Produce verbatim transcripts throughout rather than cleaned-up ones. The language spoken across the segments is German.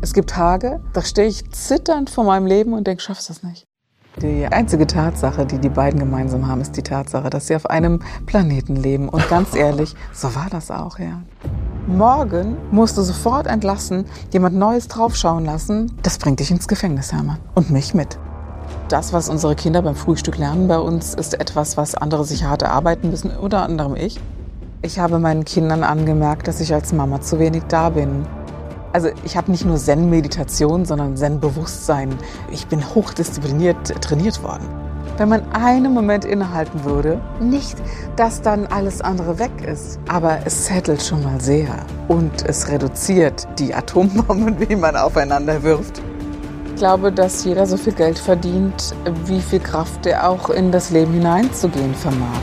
Es gibt Tage, da stehe ich zitternd vor meinem Leben und denke, schaffst das nicht. Die einzige Tatsache, die die beiden gemeinsam haben, ist die Tatsache, dass sie auf einem Planeten leben. Und ganz ehrlich, so war das auch, ja. Morgen musst du sofort entlassen, jemand Neues draufschauen lassen. Das bringt dich ins Gefängnis, Hermann. Und mich mit. Das, was unsere Kinder beim Frühstück lernen bei uns, ist etwas, was andere sich hart erarbeiten müssen, unter anderem ich. Ich habe meinen Kindern angemerkt, dass ich als Mama zu wenig da bin. Also ich habe nicht nur Zen-Meditation, sondern Zen-Bewusstsein. Ich bin hochdiszipliniert trainiert worden. Wenn man einen Moment innehalten würde, nicht, dass dann alles andere weg ist, aber es settelt schon mal sehr und es reduziert die Atombomben, die man aufeinander wirft. Ich glaube, dass jeder so viel Geld verdient, wie viel Kraft er auch in das Leben hineinzugehen vermag.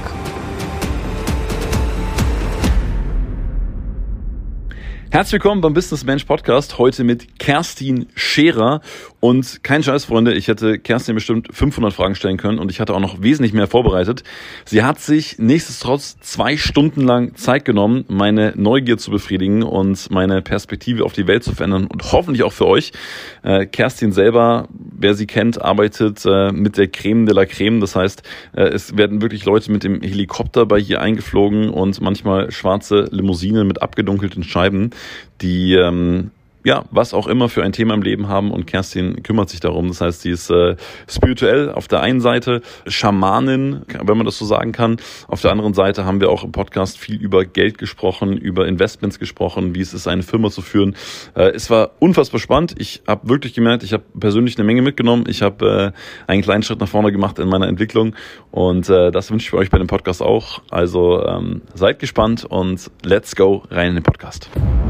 Herzlich willkommen beim Business Mensch Podcast, heute mit Kerstin Scherer. Und kein Scheiß, Freunde, ich hätte Kerstin bestimmt fünfhundert Fragen stellen können und ich hatte auch noch wesentlich mehr vorbereitet. Sie hat sich nichtsdestotrotz zwei Stunden lang Zeit genommen, meine Neugier zu befriedigen und meine Perspektive auf die Welt zu verändern und hoffentlich auch für euch. Äh, Kerstin selber, wer sie kennt, arbeitet äh, mit der Creme de la Creme. Das heißt, äh, es werden wirklich Leute mit dem Helikopter bei hier eingeflogen und manchmal schwarze Limousinen mit abgedunkelten Scheiben, die ähm, ja, was auch immer für ein Thema im Leben haben, und Kerstin kümmert sich darum. Das heißt, sie ist äh, spirituell auf der einen Seite, Schamanin, wenn man das so sagen kann. Auf der anderen Seite haben wir auch im Podcast viel über Geld gesprochen, über Investments gesprochen, wie es ist, eine Firma zu führen. Äh, es war unfassbar spannend. Ich habe wirklich gemerkt, ich habe persönlich eine Menge mitgenommen. Ich habe äh, einen kleinen Schritt nach vorne gemacht in meiner Entwicklung und äh, das wünsche ich euch bei dem Podcast auch. Also ähm, seid gespannt und let's go rein in den Podcast.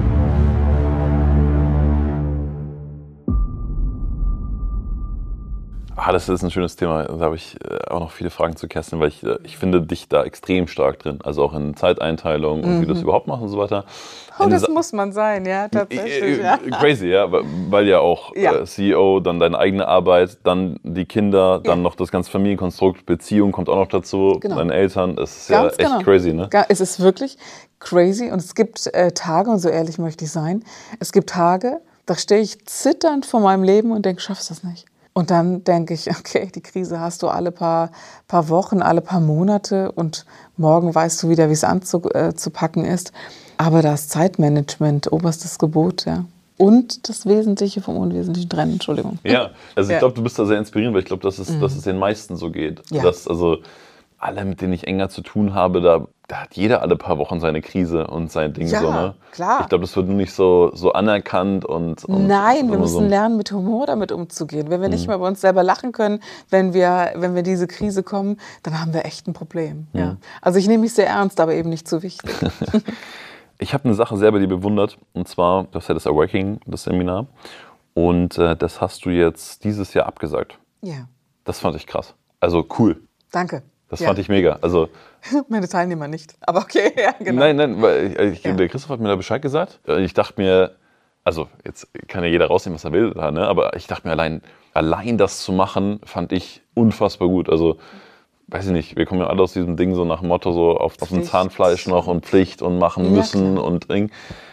Ah, das ist ein schönes Thema. Da habe ich auch noch viele Fragen zu Kerstin, weil ich, ich finde dich da extrem stark drin. Also auch in Zeiteinteilung und mhm. wie du es überhaupt machst und so weiter. Oh, das Sa- muss man sein, ja, tatsächlich. Ja. Crazy, ja, weil ja auch ja. Äh, C E O, dann deine eigene Arbeit, dann die Kinder, dann ja. noch das ganze Familienkonstrukt, Beziehung kommt auch noch dazu, genau. Deine Eltern. Das ist Ganz ja echt genau. crazy, ne? Es ist wirklich crazy und es gibt äh, Tage, und so ehrlich möchte ich sein, es gibt Tage, da stehe ich zitternd vor meinem Leben und denke, schaffst das nicht. Und dann denke ich, okay, die Krise hast du alle paar, paar Wochen, alle paar Monate und morgen weißt du wieder, wie es anzupacken ist. Aber das Zeitmanagement, oberstes Gebot, ja. Und das Wesentliche vom Unwesentlichen trennen, Entschuldigung. Ja, also ich ja. glaube, du bist da sehr inspirierend, weil ich glaube, dass es, mhm. dass es den meisten so geht. Ja. Dass also alle, mit denen ich enger zu tun habe, da, da hat jeder alle paar Wochen seine Krise und sein Ding. Ja, so, ne? Klar. Ich glaube, das wird nur nicht so, so anerkannt. Und, und Nein, wir müssen so lernen, mit Humor damit umzugehen. Wenn wir nicht mhm. mehr bei uns selber lachen können, wenn wir, wenn wir diese Krise kommen, dann haben wir echt ein Problem. Mhm. Ja. Also ich nehme mich sehr ernst, aber eben nicht zu wichtig. Ich habe eine Sache selber, die bewundert. Und zwar, das ist ja das Awakening, das Seminar. Und äh, das hast du jetzt dieses Jahr abgesagt. Ja. Das fand ich krass. Also cool. Danke. Das ja. fand ich mega. Also, meine Teilnehmer nicht, aber okay, ja, genau. Nein, nein, weil ich, ich, ja. der Christoph hat mir da Bescheid gesagt. Ich dachte mir, also jetzt kann ja jeder rausnehmen, was er will, ne? Aber ich dachte mir, allein, allein das zu machen, fand ich unfassbar gut. Also, weiß ich nicht, wir kommen ja alle aus diesem Ding so nach dem Motto, so auf, auf dem Zahnfleisch noch und Pflicht und machen müssen ja, und Ding.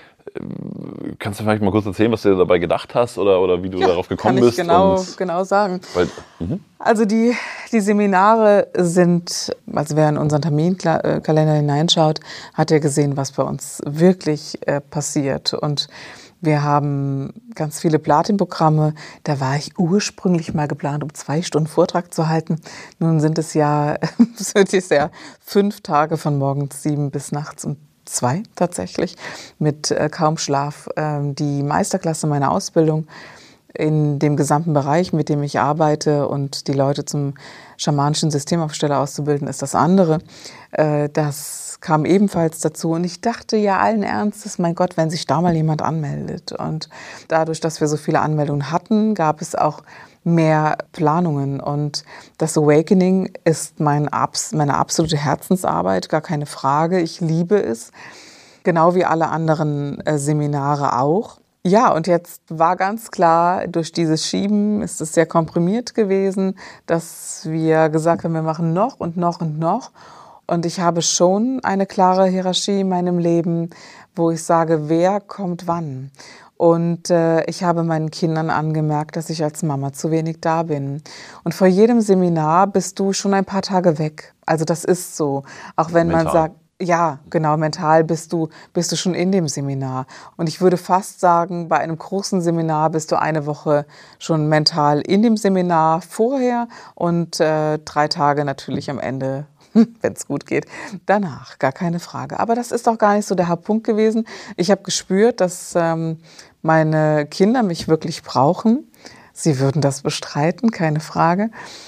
Kannst du vielleicht mal kurz erzählen, was du dabei gedacht hast oder, oder wie du ja, darauf gekommen kann ich bist? Genau, und genau sagen. Weil, mhm. Also die, die Seminare sind, also wer in unseren Terminkalender hineinschaut, hat ja gesehen, was bei uns wirklich äh, passiert. Und wir haben ganz viele Platin-Programme. Da war ich ursprünglich mal geplant, um zwei Stunden Vortrag zu halten. Nun sind es ja, sind es ja fünf Tage von morgens sieben bis nachts um zwei tatsächlich, mit äh, kaum Schlaf. Ähm, die Meisterklasse meiner Ausbildung in dem gesamten Bereich, mit dem ich arbeite und die Leute zum schamanischen Systemaufsteller auszubilden, ist das andere. Äh, das kam ebenfalls dazu und ich dachte ja allen Ernstes, mein Gott, wenn sich da mal jemand anmeldet. Und dadurch, dass wir so viele Anmeldungen hatten, gab es auch mehr Planungen. Und das Awakening ist mein, meine absolute Herzensarbeit, gar keine Frage. Ich liebe es, genau wie alle anderen äh, Seminare auch. Ja, und jetzt war ganz klar, durch dieses Schieben ist es sehr komprimiert gewesen, dass wir gesagt haben, wir machen noch und noch und noch. Und ich habe schon eine klare Hierarchie in meinem Leben, wo ich sage, wer kommt wann. Und äh, ich habe meinen Kindern angemerkt, dass ich als Mama zu wenig da bin. Und vor jedem Seminar bist du schon ein paar Tage weg. Also das ist so. Auch wenn Mental. man sagt, ja, genau, mental bist du, bist du schon in dem Seminar. Und ich würde fast sagen, bei einem großen Seminar bist du eine Woche schon mental in dem Seminar vorher und äh, drei Tage natürlich am Ende, wenn es gut geht, danach, gar keine Frage. Aber das ist auch gar nicht so der Hauptpunkt gewesen. Ich habe gespürt, dass ähm, meine Kinder mich wirklich brauchen. Sie würden das bestreiten, keine Frage.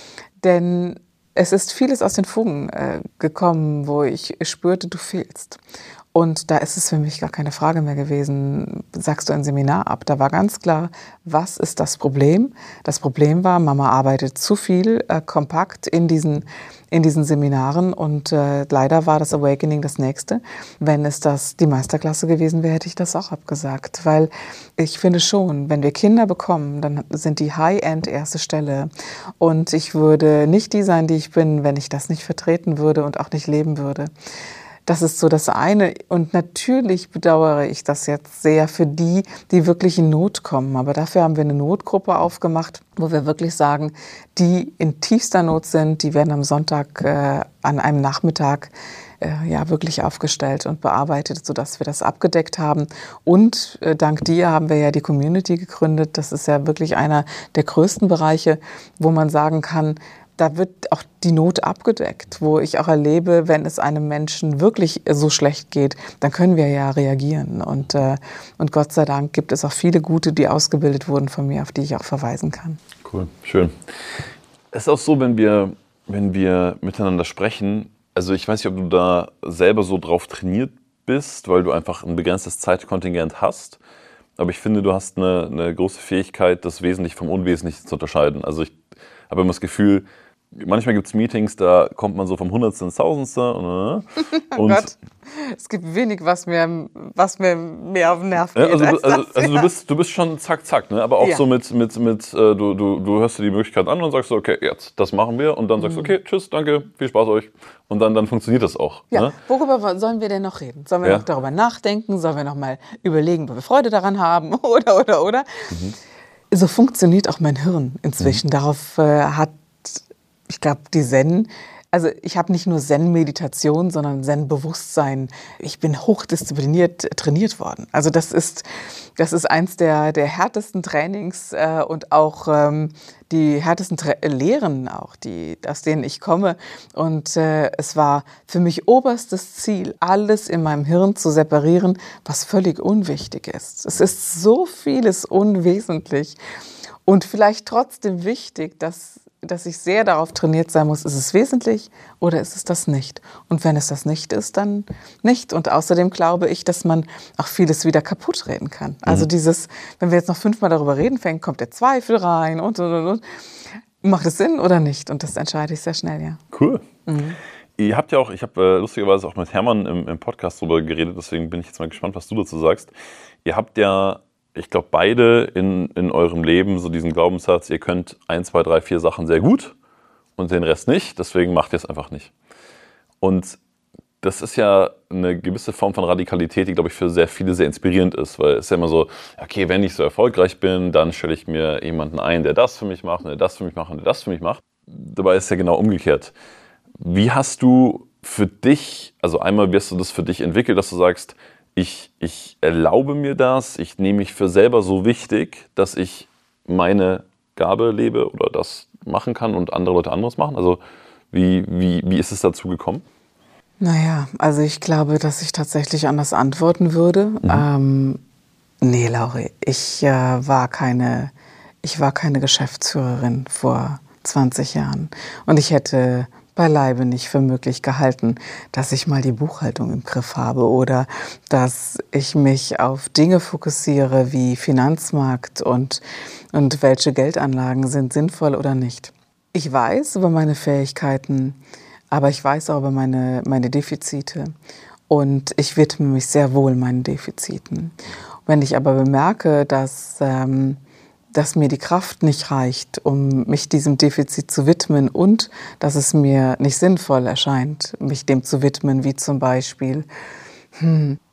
Denn es ist vieles aus den Fugen äh, gekommen, wo ich spürte, du fehlst. Und da ist es für mich gar keine Frage mehr gewesen, sagst du ein Seminar ab. Da war ganz klar, was ist das Problem? Das Problem war, Mama arbeitet zu viel, äh, kompakt in diesen, in diesen Seminaren. Und äh, leider war das Awakening das nächste. Wenn es das die Meisterklasse gewesen wäre, hätte ich das auch abgesagt. Weil ich finde schon, wenn wir Kinder bekommen, dann sind die High-End erste Stelle. Und ich würde nicht die sein, die ich bin, wenn ich das nicht vertreten würde und auch nicht leben würde. Das ist so das eine. Und natürlich bedauere ich das jetzt sehr für die, die wirklich in Not kommen. Aber dafür haben wir eine Notgruppe aufgemacht, wo wir wirklich sagen, die in tiefster Not sind, die werden am Sonntag äh, an einem Nachmittag äh, ja wirklich aufgestellt und bearbeitet, sodass wir das abgedeckt haben. Und äh, dank dir haben wir ja die Community gegründet. Das ist ja wirklich einer der größten Bereiche, wo man sagen kann, da wird auch die Not abgedeckt, wo ich auch erlebe, wenn es einem Menschen wirklich so schlecht geht, dann können wir ja reagieren. Und, äh, und Gott sei Dank gibt es auch viele Gute, die ausgebildet wurden von mir, auf die ich auch verweisen kann. Cool, schön. Es ist auch so, wenn wir, wenn wir miteinander sprechen, also ich weiß nicht, ob du da selber so drauf trainiert bist, weil du einfach ein begrenztes Zeitkontingent hast, aber ich finde, du hast eine, eine große Fähigkeit, das Wesentliche vom Unwesentlichen zu unterscheiden. Also ich habe immer das Gefühl, manchmal gibt es Meetings, da kommt man so vom Hundertste ins Tausendste. Und, oh Gott, es gibt wenig, was mir, was mir mehr auf den Nerv geht. Ja, also, als also, das, also ja. du, bist, du bist schon zack, zack, ne? Aber auch Ja. so mit, mit, mit äh, du, du, du hörst dir die Möglichkeit an und sagst so, okay, jetzt, das machen wir. Und dann sagst du, okay, tschüss, danke, viel Spaß euch. Und dann, dann funktioniert das auch. Ja, Ne? worüber sollen wir denn noch reden? Sollen wir Ja. noch darüber nachdenken? Sollen wir noch mal überlegen, wo wir Freude daran haben? Oder, oder, oder? Mhm. So funktioniert auch mein Hirn inzwischen. Mhm. Darauf äh, hat, ich glaube, die Zen, also ich habe nicht nur Zen-Meditation, sondern Zen-Bewusstsein. Ich bin hochdiszipliniert trainiert worden. Also das ist, das ist eins der, der härtesten Trainings äh, und auch ähm, die härtesten Tra- Lehren, auch die, aus denen ich komme. Und äh, es war für mich oberstes Ziel, alles in meinem Hirn zu separieren, was völlig unwichtig ist. Es ist so vieles unwesentlich und vielleicht trotzdem wichtig, dass dass ich sehr darauf trainiert sein muss, ist es wesentlich oder ist es das nicht? Und wenn es das nicht ist, dann nicht. Und außerdem glaube ich, dass man auch vieles wieder kaputt reden kann. Also dieses, wenn wir jetzt noch fünfmal darüber reden, fängt, kommt der Zweifel rein und, und, und, und. Macht es Sinn oder nicht? Und das entscheide ich sehr schnell, ja. Cool. Mhm. Ihr habt ja auch, ich habe äh, lustigerweise auch mit Hermann im, im Podcast drüber geredet, deswegen bin ich jetzt mal gespannt, was du dazu sagst. Ihr habt ja, ich glaube, beide in, in eurem Leben so diesen Glaubenssatz, ihr könnt ein, zwei, drei, vier Sachen sehr gut und den Rest nicht, deswegen macht ihr es einfach nicht. Und das ist ja eine gewisse Form von Radikalität, die, glaube ich, für sehr viele sehr inspirierend ist, weil es ist ja immer so, okay, wenn ich so erfolgreich bin, dann stelle ich mir jemanden ein, der das für mich macht, der das für mich macht und der das für mich macht. Dabei ist es ja genau umgekehrt. Wie hast du für dich, also einmal, wie hast du das für dich entwickelt, dass du sagst, Ich, ich erlaube mir das, ich nehme mich für selber so wichtig, dass ich meine Gabe lebe oder das machen kann und andere Leute anderes machen? Also wie, wie, wie ist es dazu gekommen? Naja, also ich glaube, dass ich tatsächlich anders antworten würde. Mhm. Ähm, nee, Lauri, ich äh, war keine, ich war keine Geschäftsführerin vor zwanzig Jahren. Und ich hätte beileibe nicht für möglich gehalten, dass ich mal die Buchhaltung im Griff habe oder dass ich mich auf Dinge fokussiere wie Finanzmarkt und, und welche Geldanlagen sind sinnvoll oder nicht. Ich weiß über meine Fähigkeiten, aber ich weiß auch über meine, meine Defizite und ich widme mich sehr wohl meinen Defiziten. Wenn ich aber bemerke, dass ähm, dass mir die Kraft nicht reicht, um mich diesem Defizit zu widmen und dass es mir nicht sinnvoll erscheint, mich dem zu widmen, wie zum Beispiel hm,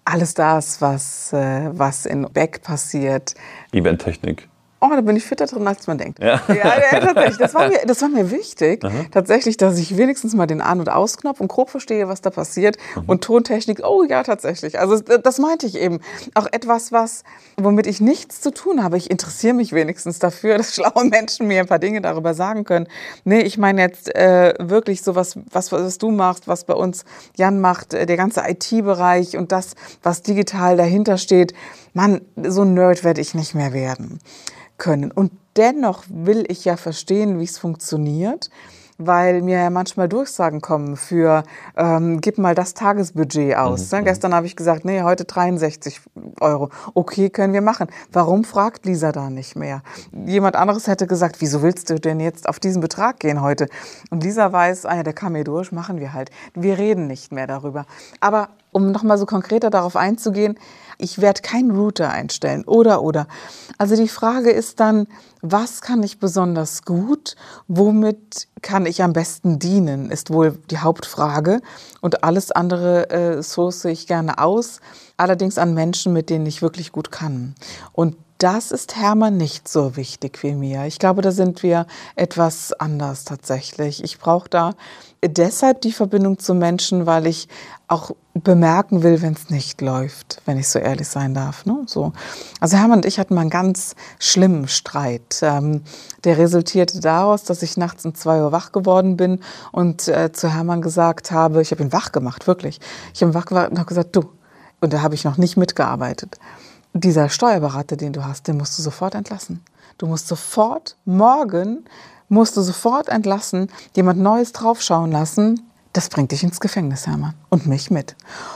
alles das, was, äh, was in Beck passiert. Eventtechnik. Oh, da bin ich fitter drin, als man denkt. Ja, ja, ja tatsächlich. Das war mir, das war mir wichtig, Aha. tatsächlich, dass ich wenigstens mal den An- und Ausknopf und grob verstehe, was da passiert. Mhm. Und Tontechnik, oh ja, tatsächlich. Also das meinte ich eben. Auch etwas, was, womit ich nichts zu tun habe. Ich interessiere mich wenigstens dafür, dass schlaue Menschen mir ein paar Dinge darüber sagen können. Nee, ich meine jetzt äh, wirklich so was, was, was du machst, was bei uns Jan macht, äh, der ganze I T-Bereich und das, was digital dahinter steht. Mann, so ein Nerd werde ich nicht mehr werden können. Und dennoch will ich ja verstehen, wie es funktioniert, weil mir ja manchmal Durchsagen kommen für, ähm, gib mal das Tagesbudget aus. Mhm. Ne? Gestern habe ich gesagt, nee, heute dreiundsechzig Euro. Okay, können wir machen. Warum fragt Lisa da nicht mehr? Jemand anderes hätte gesagt, wieso willst du denn jetzt auf diesen Betrag gehen heute? Und Lisa weiß, ah ja, der kam mir durch, machen wir halt. Wir reden nicht mehr darüber. Aber um nochmal so konkreter darauf einzugehen, ich werde keinen Router einstellen oder, oder. Also die Frage ist dann, was kann ich besonders gut? Womit kann ich am besten dienen, ist wohl die Hauptfrage. Und alles andere äh, source ich gerne aus, allerdings an Menschen, mit denen ich wirklich gut kann. Und das ist Hermann nicht so wichtig wie mir. Ich glaube, da sind wir etwas anders tatsächlich. Ich brauche da deshalb die Verbindung zu Menschen, weil ich auch bemerken will, wenn es nicht läuft, wenn ich so ehrlich sein darf. Ne? So. Also Hermann und ich hatten mal einen ganz schlimmen Streit. Ähm, der resultierte daraus, dass ich nachts um zwei Uhr wach geworden bin und äh, zu Hermann gesagt habe, ich habe ihn wach gemacht, wirklich. Ich habe ihn wach gemacht und habe gesagt, du, und da habe ich noch nicht mitgearbeitet. Dieser Steuerberater, den du hast, den musst du sofort entlassen. Du musst sofort, morgen musst du sofort entlassen, jemand Neues draufschauen lassen. Das bringt dich ins Gefängnis, Hermann. Und mich mit.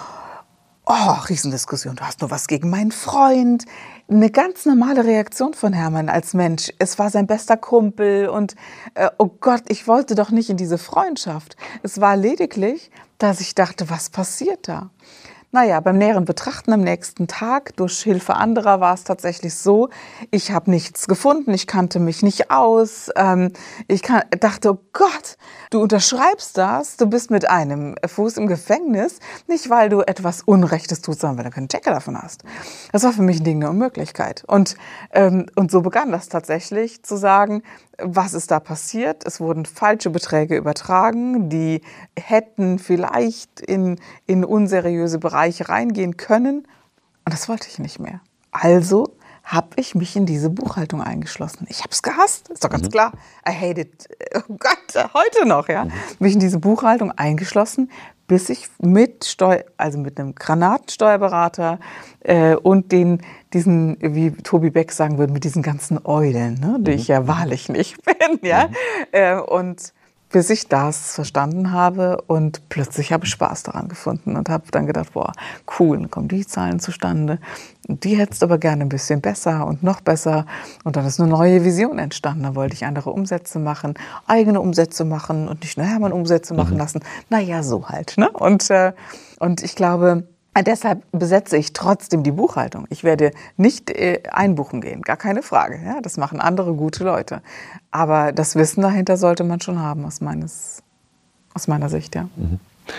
Oh, Riesendiskussion. Du hast nur was gegen meinen Freund. Eine ganz normale Reaktion von Hermann als Mensch. Es war sein bester Kumpel und äh, oh Gott, ich wollte doch nicht in diese Freundschaft. Es war lediglich, dass ich dachte, was passiert da? Naja, beim näheren Betrachten am nächsten Tag, durch Hilfe anderer, war es tatsächlich so, ich habe nichts gefunden, ich kannte mich nicht aus. Ähm, ich kann, dachte, oh Gott, du unterschreibst das, du bist mit einem Fuß im Gefängnis, nicht weil du etwas Unrechtes tust, sondern weil du keinen Checker davon hast. Das war für mich ein Ding der Unmöglichkeit. Und, ähm, und so begann das tatsächlich zu sagen, was ist da passiert? Es wurden falsche Beträge übertragen, die hätten vielleicht in, in unseriöse Bereiche reingehen können. Und das wollte ich nicht mehr. Also habe ich mich in diese Buchhaltung eingeschlossen. Ich habe es gehasst, ist doch ganz mhm. klar. I hate it. Oh Gott, heute noch, ja. Mhm. Mich in diese Buchhaltung eingeschlossen, bis ich mit Steu- also mit einem Granatensteuerberater äh, und den diesen, wie Tobi Beck sagen würde, mit diesen ganzen Eulen, ne, die mhm. ich ja wahrlich nicht bin, ja. Mhm. Äh, und bis ich das verstanden habe und plötzlich habe ich Spaß daran gefunden und habe dann gedacht, boah, cool, dann kommen die Zahlen zustande. Die hättest du aber gerne ein bisschen besser und noch besser. Und dann ist eine neue Vision entstanden. Da wollte ich andere Umsätze machen, eigene Umsätze machen und nicht nur Hermann Umsätze machen mhm. lassen. Naja, so halt. Ne? Und, äh, und ich glaube, deshalb besetze ich trotzdem die Buchhaltung. Ich werde nicht äh, einbuchen gehen, gar keine Frage. Ja? Das machen andere gute Leute. Aber das Wissen dahinter sollte man schon haben, aus, meines, aus meiner Sicht. Ja. Mhm.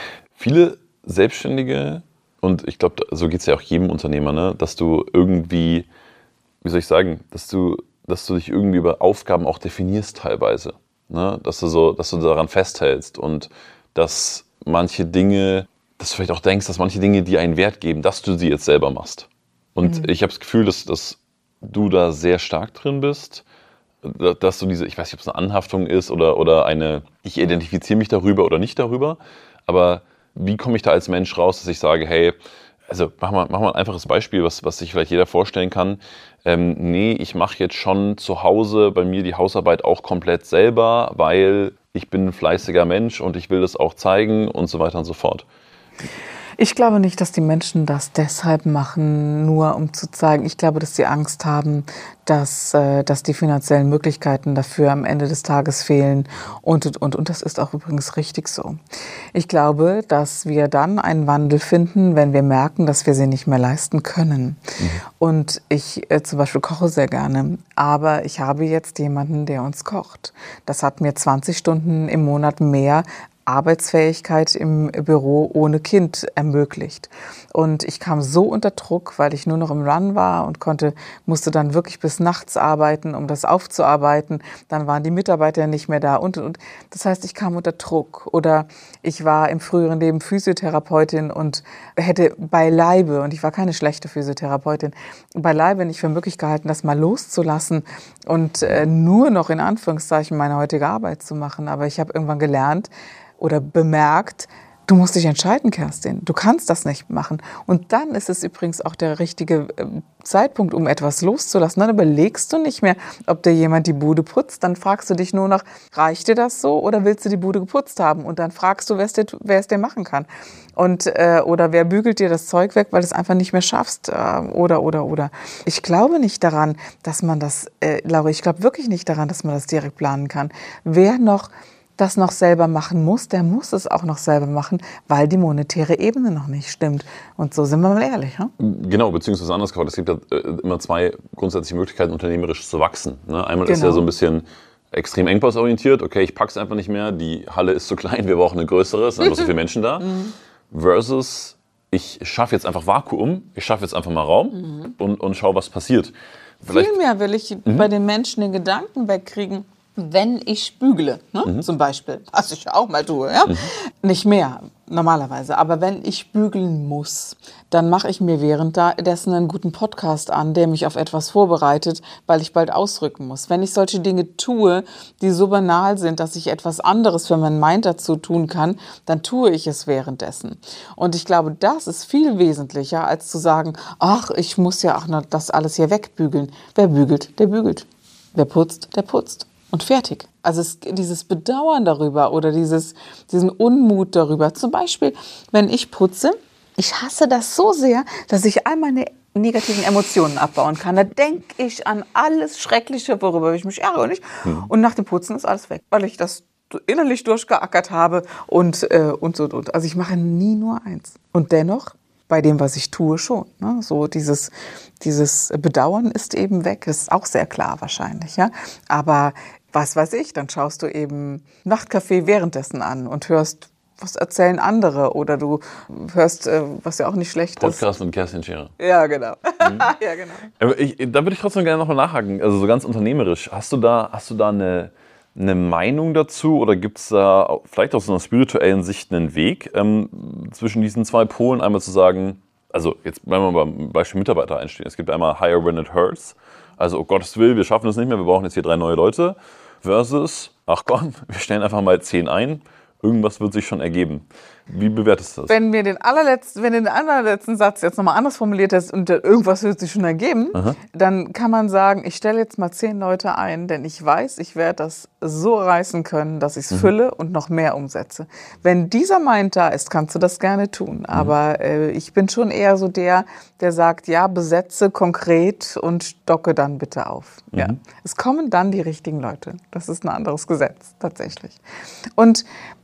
Viele Selbstständige, und ich glaube, so geht es ja auch jedem Unternehmer, ne? Dass du irgendwie, wie soll ich sagen, dass du, dass du dich irgendwie über Aufgaben auch definierst teilweise. Ne? Dass du so, dass du daran festhältst und dass manche Dinge, dass du vielleicht auch denkst, dass manche Dinge dir einen Wert geben, dass du sie jetzt selber machst. Und mhm. ich habe das Gefühl, dass, dass du da sehr stark drin bist, dass du diese, ich weiß nicht, ob es eine Anhaftung ist oder, oder eine, ich identifiziere mich darüber oder nicht darüber, aber wie komme ich da als Mensch raus, dass ich sage, hey, also mach mal, mach mal ein einfaches Beispiel, was, was sich vielleicht jeder vorstellen kann. Ähm, nee, ich mache jetzt schon zu Hause bei mir die Hausarbeit auch komplett selber, weil ich bin ein fleißiger Mensch und ich will das auch zeigen und so weiter und so fort. Ich glaube nicht, dass die Menschen das deshalb machen, nur um zu zeigen. Ich glaube, dass sie Angst haben, dass, äh, dass die finanziellen Möglichkeiten dafür am Ende des Tages fehlen. Und, und, und, und das ist auch übrigens richtig so. Ich glaube, dass wir dann einen Wandel finden, wenn wir merken, dass wir sie nicht mehr leisten können. Mhm. Und ich äh, zum Beispiel koche sehr gerne, aber ich habe jetzt jemanden, der uns kocht. Das hat mir zwanzig Stunden im Monat mehr Arbeitsfähigkeit im Büro ohne Kind ermöglicht. Und ich kam so unter Druck, weil ich nur noch im Run war und konnte, musste dann wirklich bis nachts arbeiten, um das aufzuarbeiten. Dann waren die Mitarbeiter nicht mehr da und, und. Das heißt, ich kam unter Druck. Oder ich war im früheren Leben Physiotherapeutin und hätte beileibe, und ich war keine schlechte Physiotherapeutin, beileibe nicht für möglich gehalten, das mal loszulassen und äh, nur noch in Anführungszeichen meine heutige Arbeit zu machen. Aber ich habe irgendwann gelernt oder bemerkt, du musst dich entscheiden, Kerstin. Du kannst das nicht machen. Und dann ist es übrigens auch der richtige Zeitpunkt, um etwas loszulassen. Dann überlegst du nicht mehr, ob dir jemand die Bude putzt. Dann fragst du dich nur noch, reicht dir das so oder willst du die Bude geputzt haben? Und dann fragst du, wer es dir, wer es dir machen kann. Und, äh, oder wer bügelt dir das Zeug weg, weil du es einfach nicht mehr schaffst. Äh, oder, oder, oder. Ich glaube nicht daran, dass man das, äh, Laura, ich glaube wirklich nicht daran, dass man das direkt planen kann. Wer noch das noch selber machen muss, der muss es auch noch selber machen, weil die monetäre Ebene noch nicht stimmt. Und so sind wir mal ehrlich. Ne? Genau, beziehungsweise anders gefragt. Es gibt ja äh, immer zwei grundsätzliche Möglichkeiten, unternehmerisch zu wachsen. Ne? Einmal genau. ist ja so ein bisschen extrem engpassorientiert. Okay, ich pack's einfach nicht mehr, die Halle ist zu klein, wir brauchen eine größere, es sind einfach so viele Menschen da. Mhm. Versus, ich schaffe jetzt einfach Vakuum, ich schaffe jetzt einfach mal Raum mhm. und, und schau, was passiert. Vielleicht Vielmehr will ich mhm. bei den Menschen den Gedanken wegkriegen, wenn ich bügele, ne? mhm. zum Beispiel, was ich auch mal tue, ja? Mhm. Nicht mehr normalerweise, aber wenn ich bügeln muss, dann mache ich mir währenddessen einen guten Podcast an, der mich auf etwas vorbereitet, weil ich bald ausrücken muss. Wenn ich solche Dinge tue, die so banal sind, dass ich etwas anderes für meinen Mind dazu tun kann, dann tue ich es währenddessen. Und ich glaube, das ist viel wesentlicher, als zu sagen, ach, ich muss ja auch noch das alles hier wegbügeln. Wer bügelt, der bügelt. Wer putzt, der putzt. Und fertig. Also es, dieses Bedauern darüber oder dieses, diesen Unmut darüber. Zum Beispiel, wenn ich putze, ich hasse das so sehr, dass ich all meine negativen Emotionen abbauen kann. Da denke ich an alles Schreckliche, worüber ich mich ärgere. Nicht? Mhm. Und nach dem Putzen ist alles weg, weil ich das innerlich durchgeackert habe und, äh, und so und. Also ich mache nie nur eins. Und dennoch, bei dem, was ich tue, schon. Ne? So dieses, dieses Bedauern ist eben weg. Das ist auch sehr klar wahrscheinlich. Ja? Aber was weiß ich, dann schaust du eben Nachtcafé währenddessen an und hörst, was erzählen andere. Oder du hörst, äh, was ja auch nicht schlecht Podcast ist. Podcast mit Kerstin Scherer. Ja, genau. Mhm. ja, genau. Aber ich, da würde ich trotzdem gerne noch mal nachhaken. Also so ganz unternehmerisch. Hast du da, hast du da eine, eine Meinung dazu? Oder gibt es da vielleicht aus einer spirituellen Sicht einen Weg ähm, zwischen diesen zwei Polen? Einmal zu sagen, also jetzt bleiben wir beim Beispiel Mitarbeiter einstehen. Es gibt einmal Hire When It Hurts. Also, oh Gottes Willen, wir schaffen das nicht mehr, wir brauchen jetzt hier drei neue Leute. Versus, ach komm, wir stellen einfach mal zehn ein, irgendwas wird sich schon ergeben. Wie bewertest du das? Wenn mir den allerletzten, wenn du den allerletzten Satz jetzt nochmal anders formuliert hast und irgendwas wird sich schon ergeben, Aha. dann kann man sagen, ich stelle jetzt mal zehn Leute ein, denn ich weiß, ich werde das so reißen können, dass ich es mhm. fülle und noch mehr umsetze. Wenn dieser Mind da ist, kannst du das gerne tun. Mhm. Aber äh, ich bin schon eher so der, der sagt, ja, besetze konkret und stocke dann bitte auf. Mhm. Ja. Es kommen dann die richtigen Leute. Das ist ein anderes Gesetz, tatsächlich. Und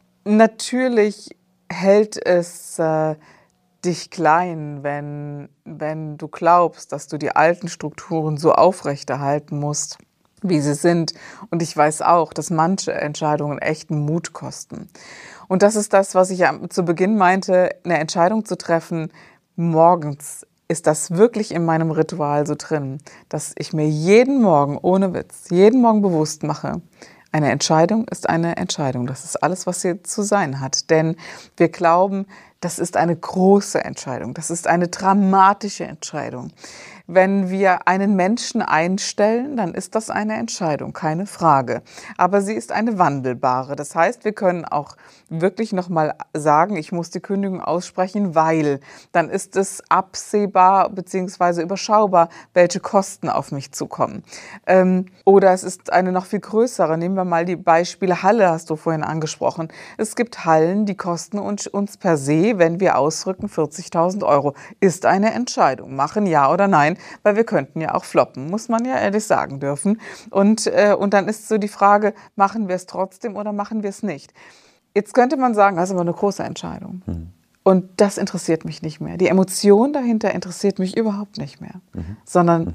natürlich hält es äh, dich klein, wenn, wenn du glaubst, dass du die alten Strukturen so aufrechterhalten musst, wie sie sind. Und ich weiß auch, dass manche Entscheidungen echten Mut kosten. Und das ist das, was ich ja zu Beginn meinte, eine Entscheidung zu treffen, morgens ist das wirklich in meinem Ritual so drin, dass ich mir jeden Morgen, ohne Witz, jeden Morgen bewusst mache, eine Entscheidung ist eine Entscheidung. Das ist alles, was hier zu sein hat. Denn wir glauben, das ist eine große Entscheidung. Das ist eine dramatische Entscheidung. Wenn wir einen Menschen einstellen, dann ist das eine Entscheidung, keine Frage. Aber sie ist eine wandelbare. Das heißt, wir können auch wirklich nochmal sagen, ich muss die Kündigung aussprechen, weil dann ist es absehbar bzw. überschaubar, welche Kosten auf mich zukommen. Ähm, oder es ist eine noch viel größere. Nehmen wir mal die Beispiele Halle, hast du vorhin angesprochen. Es gibt Hallen, die kosten uns, uns per se, wenn wir ausrücken, vierzigtausend Euro. Ist eine Entscheidung. Machen ja oder nein, weil wir könnten ja auch floppen, muss man ja ehrlich sagen dürfen. Und, äh, und dann ist so die Frage, machen wir es trotzdem oder machen wir es nicht? Jetzt könnte man sagen, das ist aber eine große Entscheidung. Mhm. Und das interessiert mich nicht mehr. Die Emotion dahinter interessiert mich überhaupt nicht mehr. Mhm. Sondern mhm.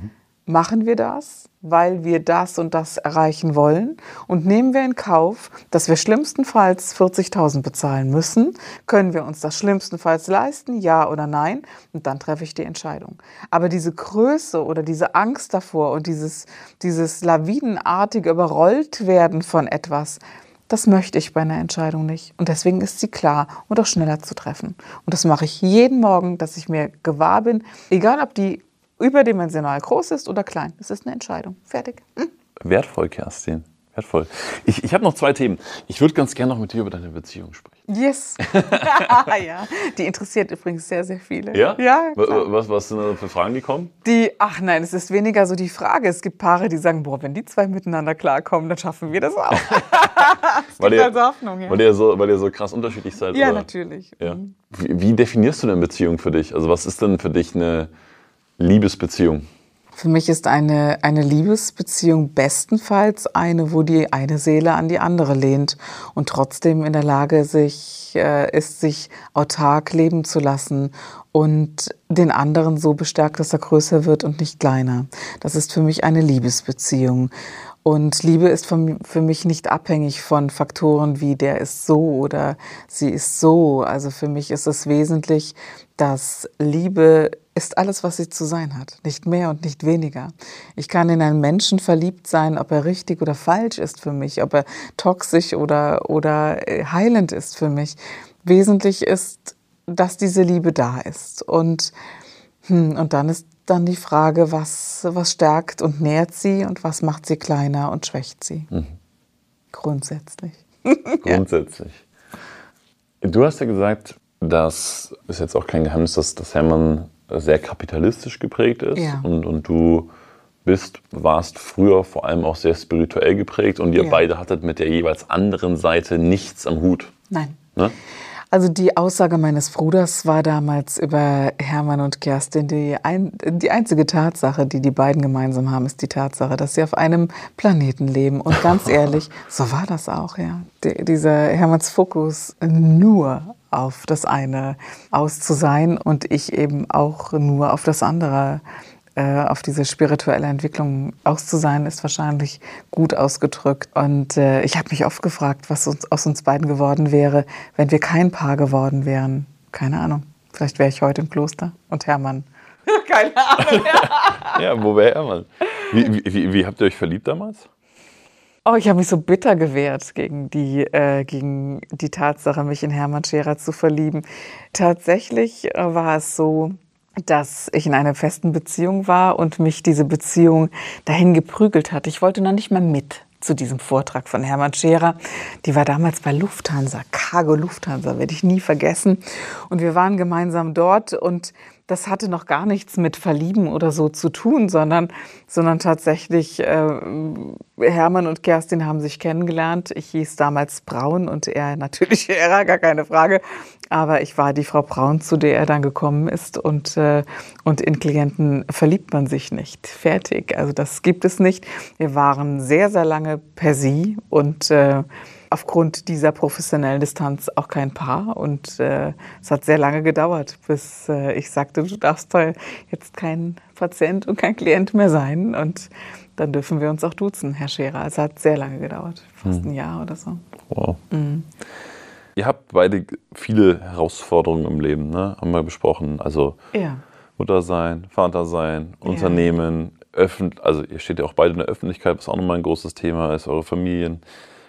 machen wir das, weil wir das und das erreichen wollen? Und nehmen wir in Kauf, dass wir schlimmstenfalls vierzigtausend bezahlen müssen? Können wir uns das schlimmstenfalls leisten? Ja oder nein? Und dann treffe ich die Entscheidung. Aber diese Größe oder diese Angst davor und dieses, dieses lawinenartige Überrolltwerden von etwas, das möchte ich bei einer Entscheidung nicht. Und deswegen ist sie klar und auch schneller zu treffen. Und das mache ich jeden Morgen, dass ich mir gewahr bin, egal ob die überdimensional groß ist oder klein. Es ist eine Entscheidung. Fertig. Hm? Wertvoll, Kerstin. Wertvoll. Ich, ich habe noch zwei Themen. Ich würde ganz gerne noch mit dir über deine Beziehung sprechen. Yes. Ja, die interessiert übrigens sehr, sehr viele. Ja? Ja, klar. Was, was sind da für Fragen, die kommen? Die, ach nein, es ist weniger so die Frage. Es gibt Paare, die sagen, boah, wenn die zwei miteinander klarkommen, dann schaffen wir das auch. Es weil gibt ihr, also Hoffnung, ja. Weil ihr, so, weil ihr so krass unterschiedlich seid? Ja, oder? natürlich. Ja. Wie, wie definierst du denn Beziehung für dich? Also was ist denn für dich eine Liebesbeziehung? Für mich ist eine, eine Liebesbeziehung bestenfalls eine, wo die eine Seele an die andere lehnt und trotzdem in der Lage sich, äh, ist, sich autark leben zu lassen und den anderen so bestärkt, dass er größer wird und nicht kleiner. Das ist für mich eine Liebesbeziehung. Und Liebe ist von, für mich nicht abhängig von Faktoren wie der ist so oder sie ist so. Also für mich ist es wesentlich, dass Liebe ist alles, was sie zu sein hat. Nicht mehr und nicht weniger. Ich kann in einen Menschen verliebt sein, ob er richtig oder falsch ist für mich, ob er toxisch oder, oder heilend ist für mich. Wesentlich ist, dass diese Liebe da ist. Und, hm, und dann ist dann die Frage, was, was stärkt und nährt sie und was macht sie kleiner und schwächt sie. Mhm. Grundsätzlich. Grundsätzlich. Ja. Du hast ja gesagt, das ist jetzt auch kein Geheimnis, dass, dass Hermann sehr kapitalistisch geprägt ist. Ja. Und, und du bist, warst früher vor allem auch sehr spirituell geprägt und ihr ja. beide hattet mit der jeweils anderen Seite nichts am Hut. Nein. Ne? Also die Aussage meines Bruders war damals über Hermann und Kerstin, die, ein, die einzige Tatsache, die die beiden gemeinsam haben, ist die Tatsache, dass sie auf einem Planeten leben. Und ganz ehrlich, so war das auch, ja. Die, dieser Hermanns Fokus nur auf das eine aus zu sein und ich eben auch nur auf das andere, äh, auf diese spirituelle Entwicklung aus zu sein, ist wahrscheinlich gut ausgedrückt. Und äh, ich habe mich oft gefragt, was uns, aus uns beiden geworden wäre, wenn wir kein Paar geworden wären. Keine Ahnung. Vielleicht wäre ich heute im Kloster und Hermann. Keine Ahnung. Ja, wo wäre Hermann? Wie, wie, wie habt ihr euch verliebt damals? Oh, ich habe mich so bitter gewehrt gegen die, äh, gegen die Tatsache, mich in Hermann Scherer zu verlieben. Tatsächlich äh, war es so, dass ich in einer festen Beziehung war und mich diese Beziehung dahin geprügelt hat. Ich wollte noch nicht mal mit zu diesem Vortrag von Hermann Scherer. Die war damals bei Lufthansa, Cargo Lufthansa, werde ich nie vergessen. Und wir waren gemeinsam dort und das hatte noch gar nichts mit Verlieben oder so zu tun, sondern, sondern tatsächlich äh, Hermann und Kerstin haben sich kennengelernt. Ich hieß damals Braun und er natürlich Scherer, gar keine Frage. Aber ich war die Frau Braun, zu der er dann gekommen ist. Und, äh, und in Klienten verliebt man sich nicht. Fertig. Also das gibt es nicht. Wir waren sehr, sehr lange per Sie und äh, aufgrund dieser professionellen Distanz auch kein Paar. Und äh, es hat sehr lange gedauert, bis äh, ich sagte, du darfst jetzt kein Patient und kein Klient mehr sein. Und dann dürfen wir uns auch duzen, Herr Scherer. Also es hat sehr lange gedauert, fast mhm. ein Jahr oder so. Wow. Mhm. Ihr habt beide viele Herausforderungen im Leben, ne? Haben wir besprochen. Also ja. Mutter sein, Vater sein, Unternehmen, ja. Öffn- also ihr steht ja auch beide in der Öffentlichkeit, was auch nochmal ein großes Thema ist, eure Familien.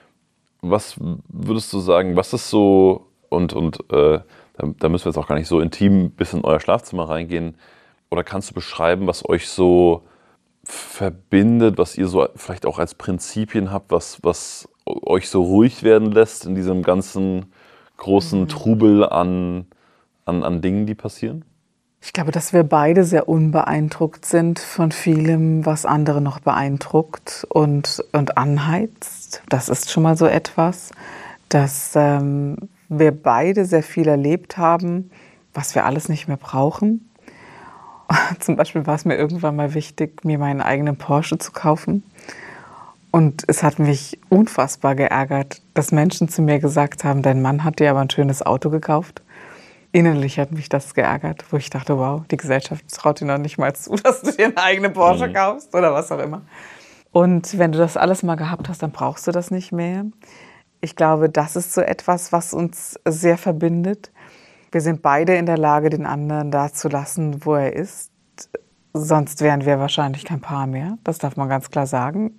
Was würdest du sagen, was ist so, und, und äh, da, da müssen wir jetzt auch gar nicht so intim bis in euer Schlafzimmer reingehen, oder kannst du beschreiben, was euch so verbindet, was ihr so vielleicht auch als Prinzipien habt, was, was euch so ruhig werden lässt in diesem ganzen großen mhm. Trubel an, an, an Dingen, die passieren? Ich glaube, dass wir beide sehr unbeeindruckt sind von vielem, was andere noch beeindruckt und, und anheizt. Das ist schon mal so etwas, dass ähm, wir beide sehr viel erlebt haben, was wir alles nicht mehr brauchen. Zum Beispiel war es mir irgendwann mal wichtig, mir meinen eigenen Porsche zu kaufen. Und es hat mich unfassbar geärgert, dass Menschen zu mir gesagt haben, dein Mann hat dir aber ein schönes Auto gekauft. Innerlich hat mich das geärgert, wo ich dachte, wow, die Gesellschaft traut dir noch nicht mal zu, dass du dir eine eigene Porsche mhm. kaufst oder was auch immer. Und wenn du das alles mal gehabt hast, dann brauchst du das nicht mehr. Ich glaube, das ist so etwas, was uns sehr verbindet. Wir sind beide in der Lage, den anderen da zu lassen, wo er ist. Sonst wären wir wahrscheinlich kein Paar mehr. Das darf man ganz klar sagen.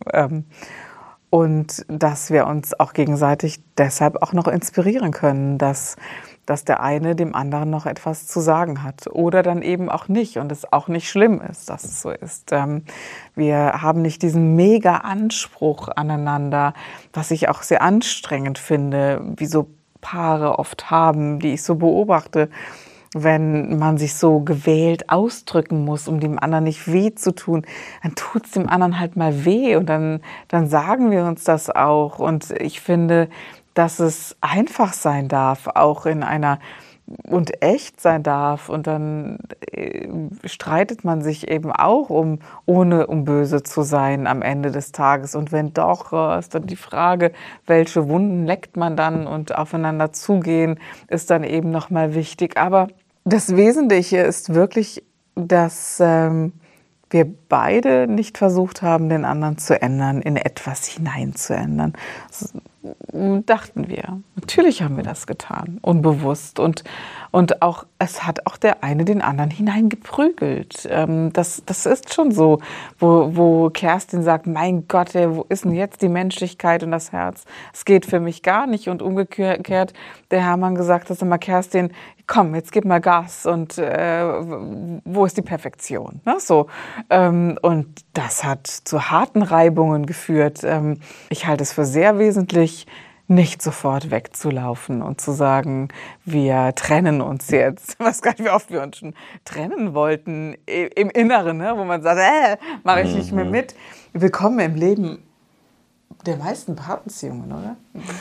Und dass wir uns auch gegenseitig deshalb auch noch inspirieren können, dass dass der eine dem anderen noch etwas zu sagen hat oder dann eben auch nicht und es auch nicht schlimm ist, dass es so ist. Wir haben nicht diesen mega Anspruch aneinander, was ich auch sehr anstrengend finde, wie so Paare oft haben, die ich so beobachte, wenn man sich so gewählt ausdrücken muss, um dem anderen nicht weh zu tun, dann tut es dem anderen halt mal weh und dann, dann sagen wir uns das auch. Und ich finde, dass es einfach sein darf, auch in einer und echt sein darf. Und dann äh, streitet man sich eben auch, um ohne um böse zu sein am Ende des Tages. Und wenn doch, äh, ist dann die Frage, welche Wunden leckt man dann und aufeinander zugehen, ist dann eben nochmal wichtig. Aber das Wesentliche ist wirklich, dass ähm, wir beide nicht versucht haben, den anderen zu ändern, in etwas hinein zu ändern. Das dachten wir. Natürlich haben wir das getan, unbewusst. Und, und auch, es hat auch der eine den anderen hineingeprügelt. Das, das ist schon so, wo, wo Kerstin sagt, mein Gott, ey, wo ist denn jetzt die Menschlichkeit und das Herz? Es geht für mich gar nicht. Und umgekehrt, der Hermann gesagt hat, immer Kerstin, komm, jetzt gib mal Gas und äh, wo ist die Perfektion? Ne? So. Ähm, und das hat zu harten Reibungen geführt. Ähm, ich halte es für sehr wesentlich, nicht sofort wegzulaufen und zu sagen, wir trennen uns jetzt. Ich weiß gar nicht, wie oft wir uns schon trennen wollten im Inneren, ne? Wo man sagt, äh, mache ich nicht mehr mit. Willkommen im Leben der meisten Paarbeziehungen, oder?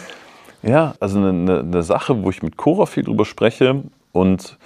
Ja, also eine, eine Sache, wo ich mit Cora viel drüber spreche und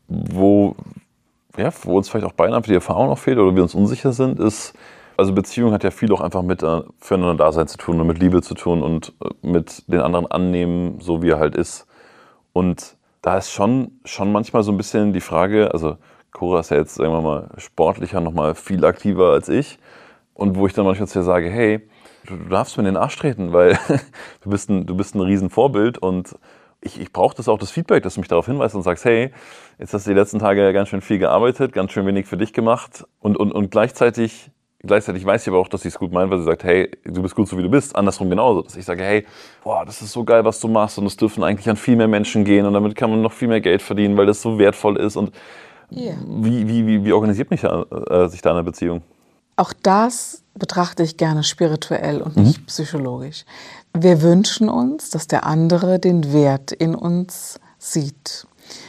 wo, ja, wo uns vielleicht auch beinahe die Erfahrung noch fehlt oder wir uns unsicher sind, ist, also Beziehung hat ja viel auch einfach mit äh, füreinander Dasein zu tun und mit Liebe zu tun und äh, mit den anderen annehmen, so wie er halt ist. Und da ist schon, schon manchmal so ein bisschen die Frage, also Cora ist ja jetzt, sagen wir mal, sportlicher, nochmal viel aktiver als ich. Und wo ich dann manchmal zu ihr sage, hey, du, du darfst mir in den Arsch treten, weil du bist ein, du bist ein Riesenvorbild und ich, ich brauche das auch, das Feedback, dass du mich darauf hinweist und sagst, hey, jetzt hast du die letzten Tage ganz schön viel gearbeitet, ganz schön wenig für dich gemacht und, und, und gleichzeitig... Gleichzeitig weiß ich aber auch, dass sie es gut meint, weil sie sagt, hey, du bist gut so wie du bist. Andersrum genauso, dass ich sage, hey, boah, das ist so geil, was du machst und es dürfen eigentlich an viel mehr Menschen gehen und damit kann man noch viel mehr Geld verdienen, weil das so wertvoll ist. Und yeah. wie, wie, wie, wie organisiert mich äh, sich da eine Beziehung? Auch das betrachte ich gerne spirituell und nicht mhm. psychologisch. Wir wünschen uns, dass der andere den Wert in uns sieht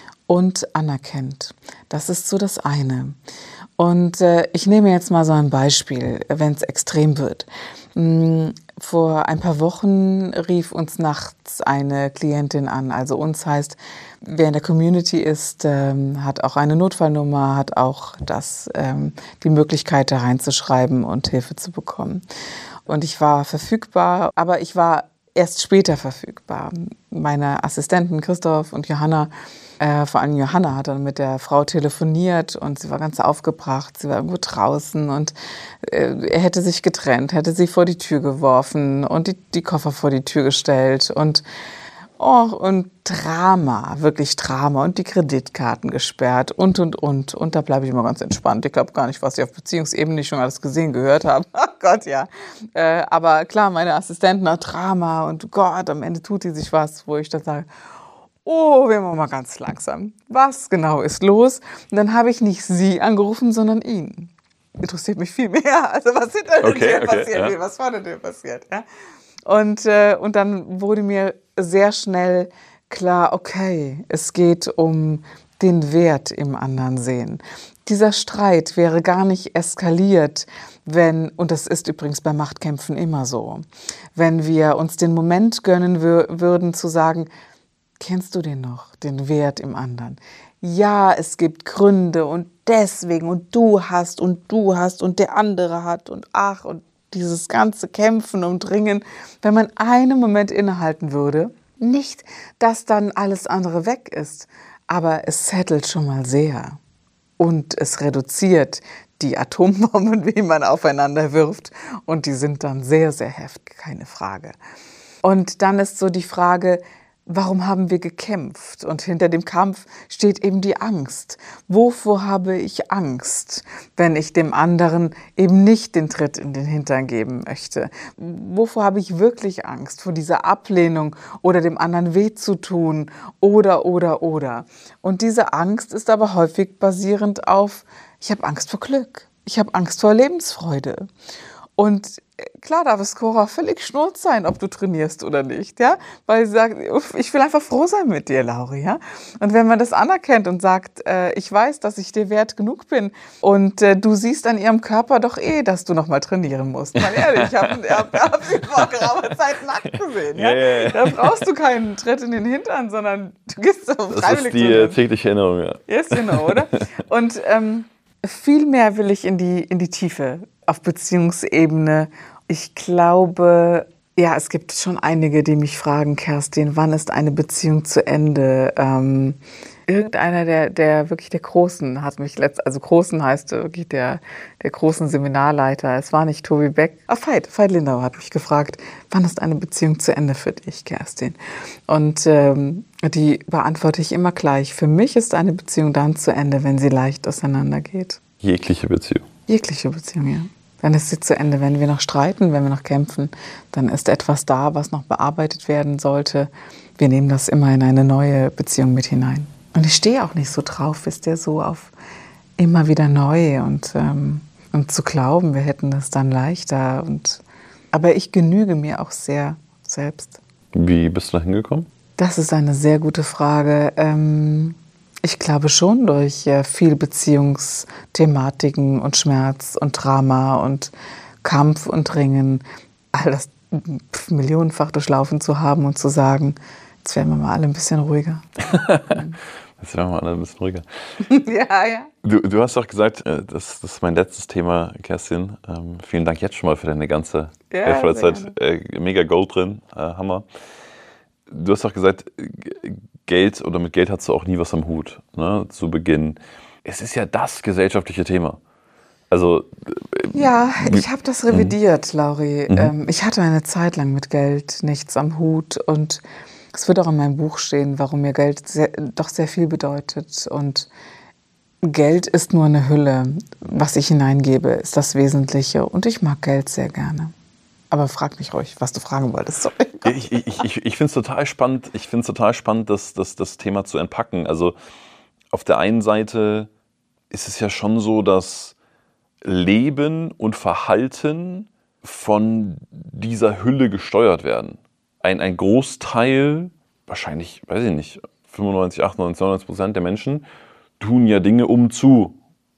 und anerkennt. Das ist so das eine. Und äh, ich nehme jetzt mal so ein Beispiel, wenn es extrem wird. Hm, vor ein paar Wochen rief uns nachts eine Klientin an. Also uns heißt, wer in der Community ist, ähm, hat auch eine Notfallnummer, hat auch das, ähm, die Möglichkeit, da reinzuschreiben und Hilfe zu bekommen. Und ich war verfügbar, aber ich war erst später verfügbar. Meine Assistenten Christoph und Johanna, Äh, vor allem Johanna hat dann mit der Frau telefoniert und sie war ganz aufgebracht, sie war irgendwo draußen und äh, er hätte sich getrennt, hätte sie vor die Tür geworfen und die, die Koffer vor die Tür gestellt und, oh, und Drama, wirklich Drama und die Kreditkarten gesperrt und, und, und. Und da bleibe ich immer ganz entspannt. Ich glaube gar nicht, was ich auf Beziehungsebene schon alles gesehen, gehört habe. Ach Gott, ja. Äh, aber klar, meine Assistenten hat Drama und Gott, am Ende tut die sich was, wo ich dann sage, oh, wir machen mal ganz langsam. Was genau ist los? Und dann habe ich nicht sie angerufen, sondern ihn. Interessiert mich viel mehr. Also was hinter der okay, Tür okay, passiert, ja. was vor der Tür passiert. Ja? Und, äh, und dann wurde mir sehr schnell klar, okay, es geht um den Wert im anderen sehen. Dieser Streit wäre gar nicht eskaliert, wenn, und das ist übrigens bei Machtkämpfen immer so, wenn wir uns den Moment gönnen wür- würden zu sagen, kennst du den noch, den Wert im anderen? Ja, es gibt Gründe und deswegen und du hast und du hast und der andere hat und ach und dieses ganze Kämpfen und Ringen. Wenn man einen Moment innehalten würde, nicht, dass dann alles andere weg ist, aber es settelt schon mal sehr und es reduziert die Atombomben, wie man aufeinander wirft, und die sind dann sehr, sehr heftig, keine Frage. Und dann ist so die Frage, warum haben wir gekämpft? Und hinter dem Kampf steht eben die Angst. Wovor habe ich Angst, wenn ich dem anderen eben nicht den Tritt in den Hintern geben möchte? Wovor habe ich wirklich Angst? Vor dieser Ablehnung oder dem anderen weh zu tun oder, oder, oder. Und diese Angst ist aber häufig basierend auf, ich habe Angst vor Glück. Ich habe Angst vor Lebensfreude. Und klar darf es Cora völlig schnurz sein, ob du trainierst oder nicht, ja, weil sie sagt, ich will einfach froh sein mit dir, Lauri, ja. Und wenn man das anerkennt und sagt, äh, ich weiß, dass ich dir wert genug bin und äh, du siehst an ihrem Körper doch eh, dass du noch mal trainieren musst. Mal ehrlich, ich habe hab, hab sie vor geraumer Zeit nackt gesehen, ja. Ja, ja, ja. Da brauchst du keinen Tritt in den Hintern, sondern du gehst so freiwillig. Das ist die äh, tägliche Erinnerung, ja. Yes, genau, oder? Und ähm, viel mehr will ich in die, in die Tiefe auf Beziehungsebene. Ich glaube, ja, es gibt schon einige, die mich fragen, Kerstin, wann ist eine Beziehung zu Ende? Ähm, irgendeiner der, der wirklich der Großen hat mich letzt, also Großen heißt wirklich der, der großen Seminarleiter. Es war nicht Tobi Beck. Ah, Veit, Veit Lindauer hat mich gefragt, wann ist eine Beziehung zu Ende für dich, Kerstin? Und ähm, die beantworte ich immer gleich. Für mich ist eine Beziehung dann zu Ende, wenn sie leicht auseinandergeht. Jegliche Beziehung. Jegliche Beziehung, ja. Dann ist sie zu Ende. Wenn wir noch streiten, wenn wir noch kämpfen, dann ist etwas da, was noch bearbeitet werden sollte. Wir nehmen das immer in eine neue Beziehung mit hinein. Und ich stehe auch nicht so drauf, wisst ihr, so auf immer wieder neu und, ähm, und zu glauben, wir hätten es dann leichter. Und, aber ich genüge mir auch sehr selbst. Wie bist du da hingekommen? Das ist eine sehr gute Frage. Ähm, Ich glaube schon durch äh, viel Beziehungsthematiken und Schmerz und Drama und Kampf und Ringen, all das pf, millionenfach durchlaufen zu haben und zu sagen, jetzt werden wir mal alle ein bisschen ruhiger. Jetzt werden wir alle ein bisschen ruhiger. Ja, ja. Du, du hast doch gesagt, das, das ist mein letztes Thema, Kerstin. Ähm, vielen Dank jetzt schon mal für deine ganze ja, Freizeit. Äh, mega Gold drin, äh, Hammer. Du hast doch gesagt, Geld oder mit Geld hast du auch nie was am Hut, ne, zu Beginn. Es ist ja das gesellschaftliche Thema. Also ja, ich habe das revidiert, mhm. Lauri. Mhm. Ich hatte eine Zeit lang mit Geld nichts am Hut und es wird auch in meinem Buch stehen, warum mir Geld sehr, doch sehr viel bedeutet. Und Geld ist nur eine Hülle. Was ich hineingebe, ist das Wesentliche. Und ich mag Geld sehr gerne. Aber frag mich ruhig, was du fragen wolltest. Sorry. Ich, ich, ich, ich finde es total spannend, ich finde es total spannend, das, das, das Thema zu entpacken. Also auf der einen Seite ist es ja schon so, dass Leben und Verhalten von dieser Hülle gesteuert werden. Ein, ein Großteil, wahrscheinlich, weiß ich nicht, fünfundneunzig, achtundneunzig, neunundneunzig Prozent der Menschen tun ja Dinge um zu.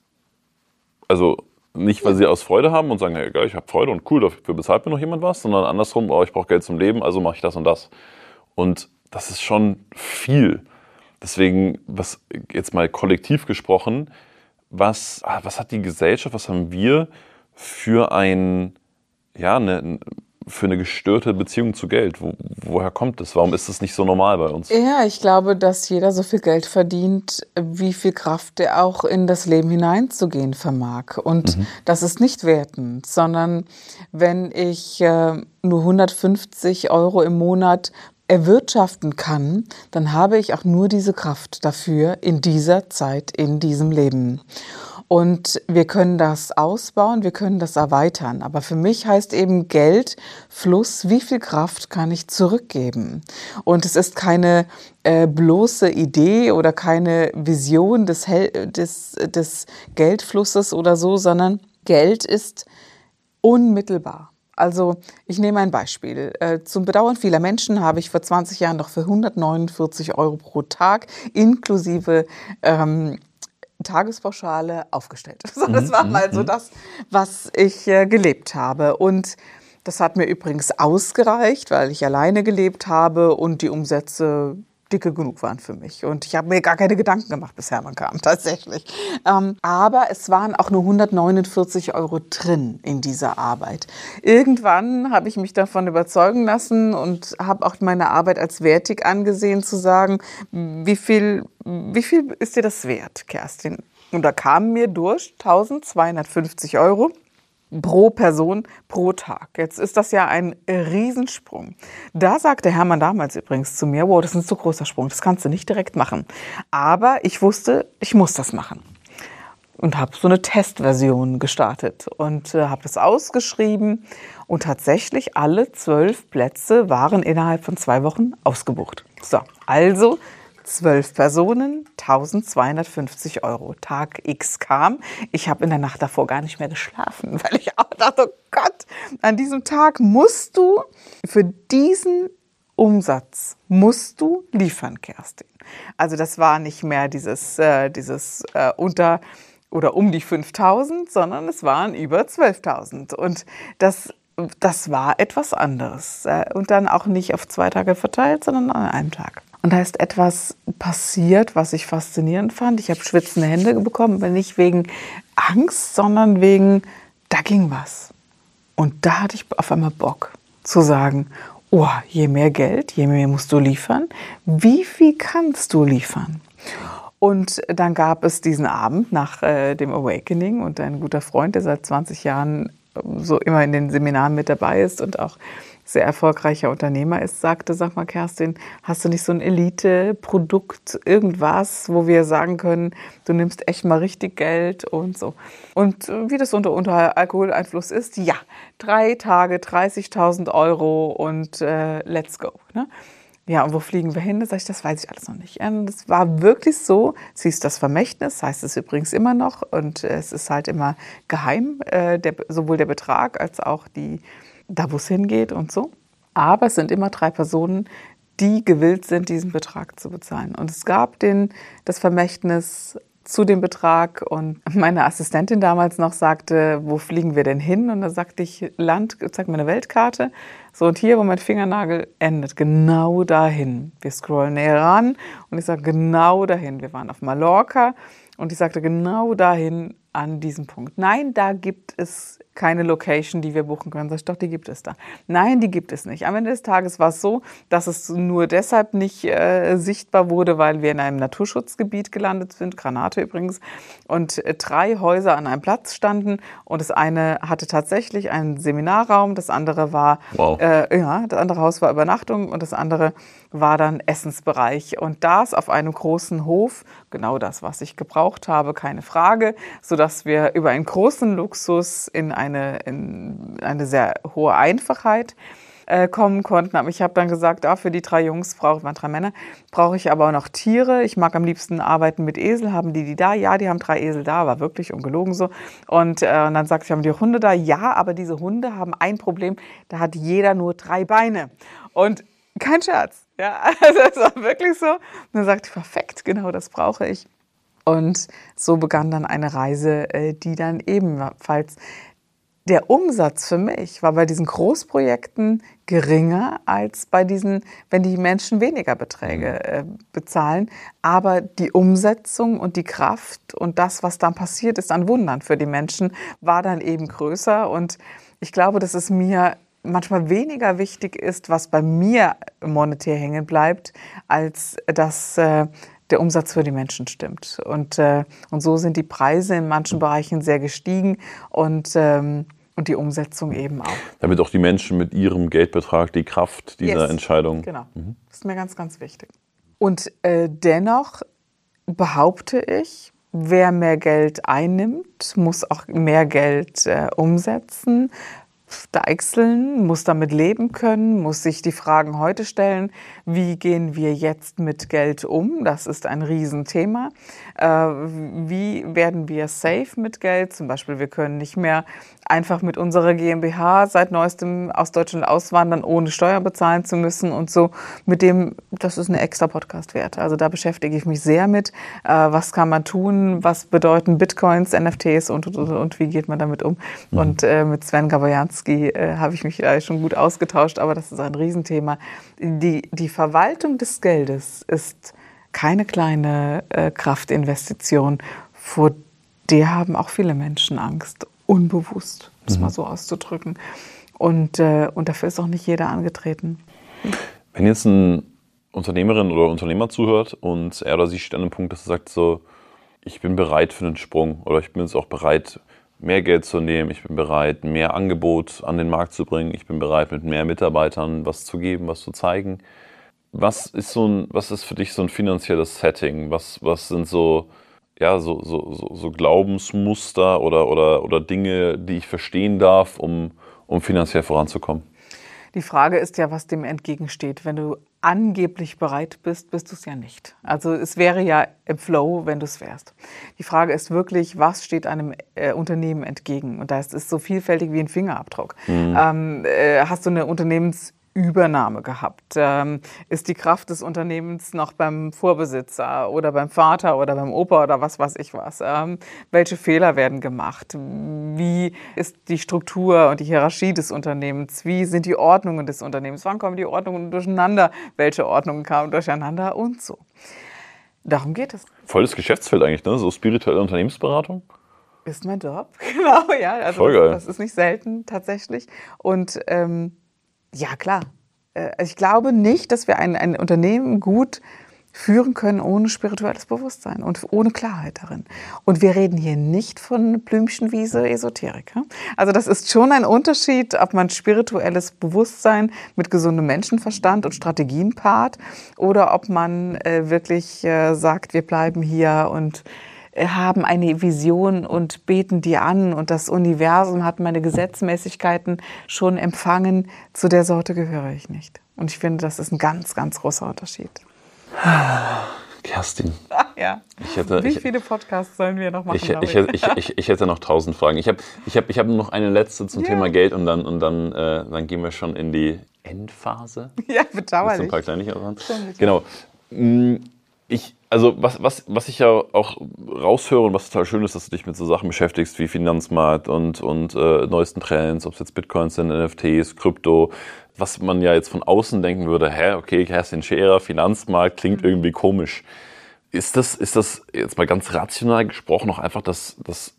Also nicht, weil sie aus Freude haben und sagen, hey, geil, ich habe Freude und cool, dafür bezahlt mir noch jemand was, sondern andersrum, oh, ich brauche Geld zum Leben, also mache ich das und das. Und das ist schon viel. Deswegen, was jetzt mal kollektiv gesprochen, was, was hat die Gesellschaft, was haben wir für ein, ja, eine, für eine gestörte Beziehung zu Geld? Wo, woher kommt das? Warum ist das nicht so normal bei uns? Ja, ich glaube, dass jeder so viel Geld verdient, wie viel Kraft er auch in das Leben hineinzugehen vermag. Und mhm. das ist nicht wertend, sondern wenn ich äh, nur hundertfünfzig Euro im Monat erwirtschaften kann, dann habe ich auch nur diese Kraft dafür in dieser Zeit, in diesem Leben. Und wir können das ausbauen, wir können das erweitern. Aber für mich heißt eben Geld, Fluss, wie viel Kraft kann ich zurückgeben? Und es ist keine äh, bloße Idee oder keine Vision des, des, des Geldflusses oder so, sondern Geld ist unmittelbar. Also ich nehme ein Beispiel. Äh, zum Bedauern vieler Menschen habe ich vor zwanzig Jahren noch für hundertneunundvierzig Euro pro Tag inklusive ähm, Tagespauschale aufgestellt. So, das war mal so das, was ich äh, gelebt habe. Und das hat mir übrigens ausgereicht, weil ich alleine gelebt habe und die Umsätze dicke genug waren für mich. Und ich habe mir gar keine Gedanken gemacht, bis Hermann kam, tatsächlich. Ähm, aber es waren auch nur hundertneunundvierzig Euro drin in dieser Arbeit. Irgendwann habe ich mich davon überzeugen lassen und habe auch meine Arbeit als wertig angesehen, zu sagen, wie viel, wie viel ist dir das wert, Kerstin? Und da kamen mir durch eintausendzweihundertfünfzig Euro pro Person pro Tag. Jetzt ist das ja ein Riesensprung. Da sagte Hermann damals übrigens zu mir, wow, das ist ein so großer Sprung, das kannst du nicht direkt machen. Aber ich wusste, ich muss das machen. Und habe so eine Testversion gestartet und äh, habe das ausgeschrieben. Und tatsächlich alle zwölf Plätze waren innerhalb von zwei Wochen ausgebucht. So, also zwölf Personen, eintausendzweihundertfünfzig Euro. Tag X kam. Ich habe in der Nacht davor gar nicht mehr geschlafen, weil ich auch dachte, oh Gott, an diesem Tag musst du für diesen Umsatz, musst du liefern, Kerstin. Also das war nicht mehr dieses, äh, dieses äh, unter oder um die fünftausend, sondern es waren über zwölftausend. Und das Das war etwas anderes. Und dann auch nicht auf zwei Tage verteilt, sondern an einem Tag. Und da ist etwas passiert, was ich faszinierend fand. Ich habe schwitzende Hände bekommen, aber nicht wegen Angst, sondern wegen, da ging was. Und da hatte ich auf einmal Bock zu sagen, oh, je mehr Geld, je mehr musst du liefern. Wie viel kannst du liefern? Und dann gab es diesen Abend nach äh, dem Awakening und ein guter Freund, der seit zwanzig Jahren so immer in den Seminaren mit dabei ist und auch sehr erfolgreicher Unternehmer ist, sagte, sag mal Kerstin, hast du nicht so ein Elite-Produkt, irgendwas, wo wir sagen können, du nimmst echt mal richtig Geld und so. Und wie das unter, unter Alkoholeinfluss ist, ja, drei Tage, dreißigtausend Euro und äh, let's go. Ne? Ja, und wo fliegen wir hin? Da sag ich, das weiß ich alles noch nicht. Und es war wirklich so, es hieß das Vermächtnis, heißt es übrigens immer noch. Und es ist halt immer geheim, äh, der, sowohl der Betrag als auch die, da wo es hingeht und so. Aber es sind immer drei Personen, die gewillt sind, diesen Betrag zu bezahlen. Und es gab den, das Vermächtnis zu dem Betrag und meine Assistentin damals noch sagte, wo fliegen wir denn hin? Und da sagte ich, Land, zeig mir eine Weltkarte. So, und hier, wo mein Fingernagel endet, genau dahin. Wir scrollen näher ran und ich sage, genau dahin. Wir waren auf Mallorca und ich sagte, genau dahin an diesem Punkt. Nein, da gibt es keine Location, die wir buchen können. Sag ich, doch, die gibt es da. Nein, die gibt es nicht. Am Ende des Tages war es so, dass es nur deshalb nicht äh, sichtbar wurde, weil wir in einem Naturschutzgebiet gelandet sind, Granate übrigens, und äh, drei Häuser an einem Platz standen und das eine hatte tatsächlich einen Seminarraum, das andere war, wow. äh, ja, das andere Haus war Übernachtung und das andere war dann Essensbereich. Und das auf einem großen Hof, genau das, was ich gebraucht habe, keine Frage, sodass wir über einen großen Luxus in eine, in eine sehr hohe Einfachheit äh, kommen konnten. Aber ich habe dann gesagt, ah, für die drei Jungs, brauche waren drei Männer, brauche ich aber auch noch Tiere. Ich mag am liebsten arbeiten mit Esel. Haben die die da? Ja, die haben drei Esel da, war wirklich ungelogen so. Und, äh, und dann sagte ich, haben die Hunde da? Ja, aber diese Hunde haben ein Problem, da hat jeder nur drei Beine. Und kein Scherz. Ja, also es war wirklich so. Und dann sagte ich, perfekt, genau das brauche ich. Und so begann dann eine Reise, die dann ebenfalls, der Umsatz für mich war bei diesen Großprojekten geringer als bei diesen, wenn die Menschen weniger Beträge äh, bezahlen. Aber die Umsetzung und die Kraft und das, was dann passiert ist an Wundern für die Menschen, war dann eben größer. Und ich glaube, dass es mir manchmal weniger wichtig ist, was bei mir monetär hängen bleibt, als dass äh, der Umsatz für die Menschen stimmt. Und, äh, und so sind die Preise in manchen Bereichen sehr gestiegen und, ähm, und die Umsetzung eben auch. Damit auch die Menschen mit ihrem Geldbetrag die Kraft dieser yes. Entscheidung. Genau, mhm. Das ist mir ganz, ganz wichtig. Und äh, dennoch behaupte ich, wer mehr Geld einnimmt, muss auch mehr Geld äh, umsetzen. Deichseln, muss damit leben können, muss sich die Fragen heute stellen, wie gehen wir jetzt mit Geld um? Das ist ein Riesenthema. Äh, wie werden wir safe mit Geld? Zum Beispiel, wir können nicht mehr einfach mit unserer GmbH seit neuestem aus Deutschland auswandern, ohne Steuer bezahlen zu müssen und so. Mit dem, das ist eine extra Podcast wert. Also da beschäftige ich mich sehr mit. Äh, was kann man tun? Was bedeuten Bitcoins, N F Ts und, und, und wie geht man damit um? Mhm. Und äh, mit Sven Gabayans Komorowski äh, habe ich mich äh, schon gut ausgetauscht, aber das ist ein Riesenthema. Die, die Verwaltung des Geldes ist keine kleine äh, Kraftinvestition, vor der haben auch viele Menschen Angst, unbewusst, um es Mhm. mal so auszudrücken. Und, äh, und dafür ist auch nicht jeder angetreten. Wenn jetzt ein Unternehmerin oder Unternehmer zuhört und er oder sie steht an einem Punkt, dass er sagt so, ich bin bereit für einen Sprung oder ich bin jetzt auch bereit, mehr Geld zu nehmen, ich bin bereit, mehr Angebot an den Markt zu bringen, ich bin bereit, mit mehr Mitarbeitern was zu geben, was zu zeigen. Was ist so ein, was ist für dich so ein finanzielles Setting? Was, was sind so, ja, so, so, so, so Glaubensmuster oder, oder, oder Dinge, die ich verstehen darf, um, um finanziell voranzukommen? Die Frage ist ja, was dem entgegensteht. Wenn du angeblich bereit bist, bist du es ja nicht. Also es wäre ja im Flow, wenn du es wärst. Die Frage ist wirklich, was steht einem äh, Unternehmen entgegen? Und das ist so vielfältig wie ein Fingerabdruck. Mhm. Ähm, äh, hast du eine Unternehmensübernahme gehabt? Ähm, ist die Kraft des Unternehmens noch beim Vorbesitzer oder beim Vater oder beim Opa oder was weiß ich was? Ähm, welche Fehler werden gemacht? Wie ist die Struktur und die Hierarchie des Unternehmens? Wie sind die Ordnungen des Unternehmens? Wann kommen die Ordnungen durcheinander? Welche Ordnungen kamen durcheinander und so? Darum geht es. Volles Geschäftsfeld eigentlich, ne? So spirituelle Unternehmensberatung. Ist mein Job, genau, ja. Also Voll geil. Das, das ist nicht selten tatsächlich. Und ähm, ja, klar. Äh, ich glaube nicht, dass wir ein, ein Unternehmen gut führen können ohne spirituelles Bewusstsein und ohne Klarheit darin. Und wir reden hier nicht von Blümchenwiese, Esoterik. Also das ist schon ein Unterschied, ob man spirituelles Bewusstsein mit gesundem Menschenverstand und Strategien paart oder ob man äh, wirklich äh, sagt, wir bleiben hier und haben eine Vision und beten die an und das Universum hat meine Gesetzmäßigkeiten schon empfangen. Zu der Sorte gehöre ich nicht. Und ich finde, das ist ein ganz, ganz großer Unterschied. Kerstin. Ja. Ich hätte, Wie ich, viele Podcasts sollen wir noch machen? Ich, ich, ich, ich, ich hätte noch tausend Fragen. Ich habe ich hab, ich hab noch eine letzte zum Ja. Thema Geld und dann, und dann, äh, dann gehen wir schon in die Endphase. Ja, Mit so bedauerlich. ein paar Kleinigkeiten dran. Stimmt. Genau. Ich, also was, was, was ich ja auch raushöre und was total schön ist, dass du dich mit so Sachen beschäftigst wie Finanzmarkt und, und äh, neuesten Trends, ob es jetzt Bitcoins sind, N F Ts, Krypto, was man ja jetzt von außen denken würde, hä, okay, Kerstin Scherer, Finanzmarkt, klingt irgendwie komisch. Ist das, ist das jetzt mal ganz rational gesprochen auch einfach, dass, dass,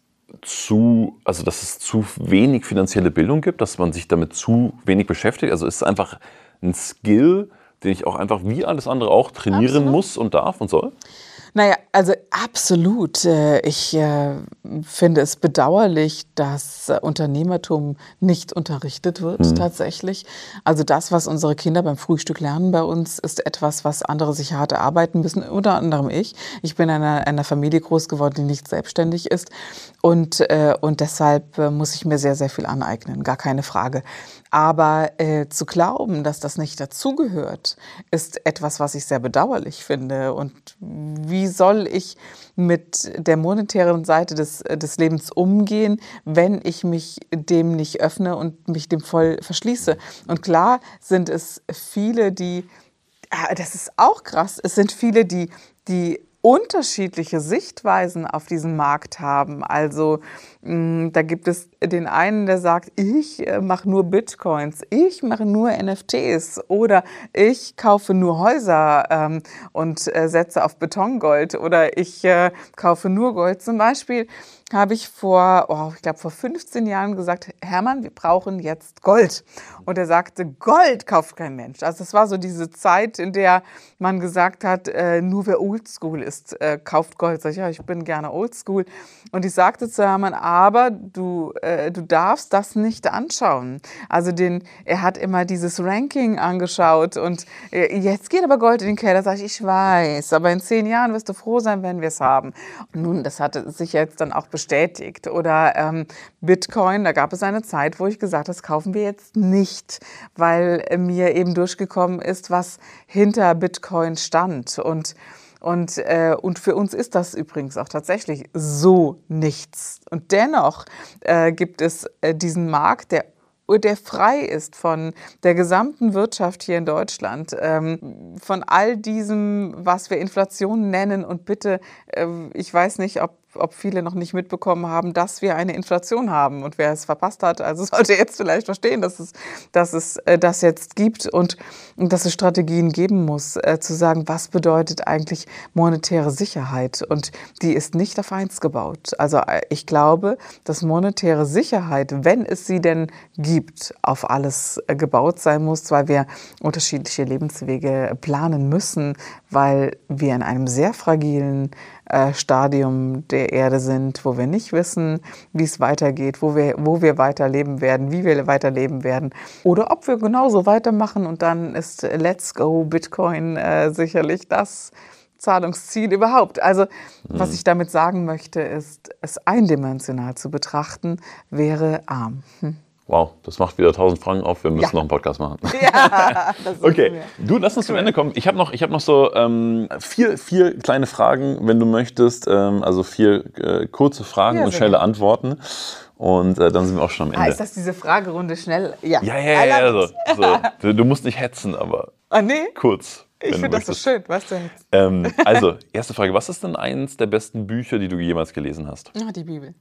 zu, also dass es zu wenig finanzielle Bildung gibt, dass man sich damit zu wenig beschäftigt? Also ist es einfach ein Skill, den ich auch einfach wie alles andere auch trainieren Absolut. muss und darf und soll? Naja, also absolut. Ich äh, finde es bedauerlich, dass äh, Unternehmertum nicht unterrichtet wird, mhm. tatsächlich. Also das, was unsere Kinder beim Frühstück lernen bei uns, ist etwas, was andere sich hart erarbeiten müssen, unter anderem ich. Ich bin in einer, einer Familie groß geworden, die nicht selbstständig ist und, äh, und deshalb äh, muss ich mir sehr, sehr viel aneignen, gar keine Frage. Aber äh, zu glauben, dass das nicht dazugehört, ist etwas, was ich sehr bedauerlich finde. Und wie soll ich mit der monetären Seite des, des Lebens umgehen, wenn ich mich dem nicht öffne und mich dem voll verschließe? Und klar sind es viele, die, das ist auch krass, es sind viele, die, die unterschiedliche Sichtweisen auf diesen Markt haben. Also mh, da gibt es den einen, der sagt, ich äh, mache nur Bitcoins, ich mache nur N F Ts oder ich kaufe nur Häuser ähm, und äh, setze auf Betongold oder ich äh, kaufe nur Gold. Zum Beispiel habe ich vor, oh, ich glaube vor fünfzehn Jahren gesagt, Hermann, wir brauchen jetzt Gold. Und er sagte, Gold kauft kein Mensch. Also das war so diese Zeit, in der man gesagt hat, äh, nur wer oldschool ist, äh, kauft Gold. Sag ich, ja, ich bin gerne oldschool. Und ich sagte zu Hermann, aber du, äh, du darfst das nicht anschauen. Also den, er hat immer dieses Ranking angeschaut und äh, jetzt geht aber Gold in den Keller. Sag ich, ich weiß, aber in zehn Jahren wirst du froh sein, wenn wir es haben. Und nun, das hatte sich jetzt dann auch bestätigt. Oder ähm, Bitcoin, da gab es eine Zeit, wo ich gesagt habe, das kaufen wir jetzt nicht, weil äh, mir eben durchgekommen ist, was hinter Bitcoin stand. Und Und, äh, und für uns ist das übrigens auch tatsächlich so nichts. Und dennoch äh, gibt es äh, diesen Markt, der der frei ist von der gesamten Wirtschaft hier in Deutschland, ähm, von all diesem, was wir Inflation nennen. Und bitte, äh, ich weiß nicht, ob ob viele noch nicht mitbekommen haben, dass wir eine Inflation haben. Und wer es verpasst hat, also sollte jetzt vielleicht verstehen, dass es, dass es äh, das jetzt gibt und, und dass es Strategien geben muss, äh, zu sagen, was bedeutet eigentlich monetäre Sicherheit? Und die ist nicht auf eins gebaut. Also äh, ich glaube, dass monetäre Sicherheit, wenn es sie denn gibt, auf alles äh, gebaut sein muss, weil wir unterschiedliche Lebenswege planen müssen, weil wir in einem sehr fragilen äh, Stadium der Erde sind, wo wir nicht wissen, wie es weitergeht, wo wir, wo wir weiterleben werden, wie wir weiterleben werden oder ob wir genauso weitermachen und dann ist Let's Go Bitcoin äh, sicherlich das Zahlungsziel überhaupt. Also was ich damit sagen möchte, ist, es eindimensional zu betrachten, wäre arm. Hm. Wow, das macht wieder tausend Fragen auf. Wir müssen ja. noch einen Podcast machen. Ja, das ist okay, mir. Du, lass uns cool. zum Ende kommen. Ich habe noch, ich hab noch so ähm, vier, vier kleine Fragen, wenn du möchtest. Ähm, also vier äh, kurze Fragen ja, und schnelle gerne. Antworten. Und äh, dann sind wir auch schon am Ende. Ah, ist das diese Fragerunde schnell? Ja, ja, ja, ja. ja so, so. Du, du musst nicht hetzen, aber ah, nee? kurz. Ich finde das so schön, was du jetzt. Ähm, also, erste Frage. Was ist denn eins der besten Bücher, die du jemals gelesen hast? Ah, die Bibel.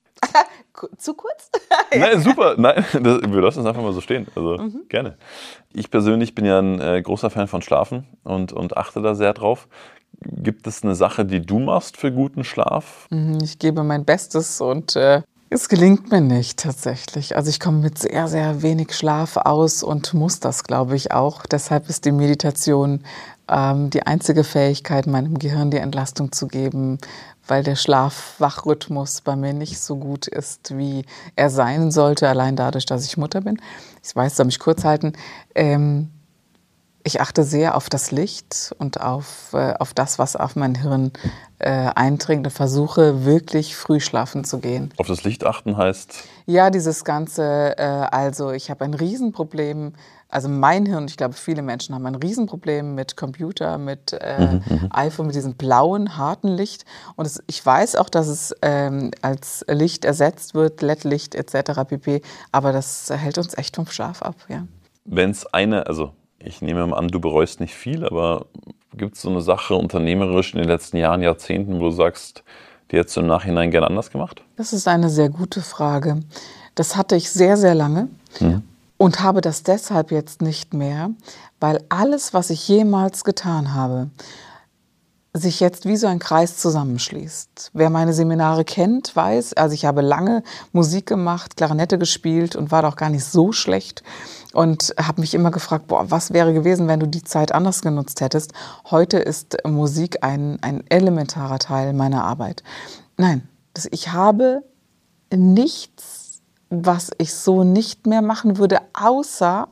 Zu kurz? Nein, super. Nein, das, wir lassen es einfach mal so stehen. Also mhm. gerne. Ich persönlich bin ja ein äh, großer Fan von Schlafen und, und achte da sehr drauf. Gibt es eine Sache, die du machst für guten Schlaf? Ich gebe mein Bestes und äh, es gelingt mir nicht tatsächlich. Also ich komme mit sehr, sehr wenig Schlaf aus und muss das, glaube ich, auch. Deshalb ist die Meditation ähm, die einzige Fähigkeit, meinem Gehirn die Entlastung zu geben, weil der Schlaf-Wach-Rhythmus bei mir nicht so gut ist, wie er sein sollte, allein dadurch, dass ich Mutter bin. Ich weiß, soll mich kurz halten. Ähm, ich achte sehr auf das Licht und auf, äh, auf das, was auf mein Hirn äh, eindringt und versuche wirklich früh schlafen zu gehen. Auf das Licht achten heißt? Ja, dieses Ganze, äh, also ich habe ein Riesenproblem. Also mein Hirn, ich glaube, viele Menschen haben ein Riesenproblem mit Computer, mit äh, mhm, iPhone, mit diesem blauen, harten Licht. Und es, ich weiß auch, dass es ähm, als Licht ersetzt wird, L E D-Licht et cetera pp. Aber das hält uns echt vom Schlaf ab, ja. Wenn es eine, also ich nehme mal an, du bereust nicht viel, aber gibt es so eine Sache unternehmerisch in den letzten Jahren, Jahrzehnten, wo du sagst, die hättest du im Nachhinein gerne anders gemacht? Das ist eine sehr gute Frage. Das hatte ich sehr, sehr lange. Mhm. Und habe das deshalb jetzt nicht mehr, weil alles, was ich jemals getan habe, sich jetzt wie so ein Kreis zusammenschließt. Wer meine Seminare kennt, weiß, also ich habe lange Musik gemacht, Klarinette gespielt und war doch gar nicht so schlecht und habe mich immer gefragt, boah, was wäre gewesen, wenn du die Zeit anders genutzt hättest? Heute ist Musik ein, ein elementarer Teil meiner Arbeit. Nein, das, ich habe nichts, was ich so nicht mehr machen würde, außer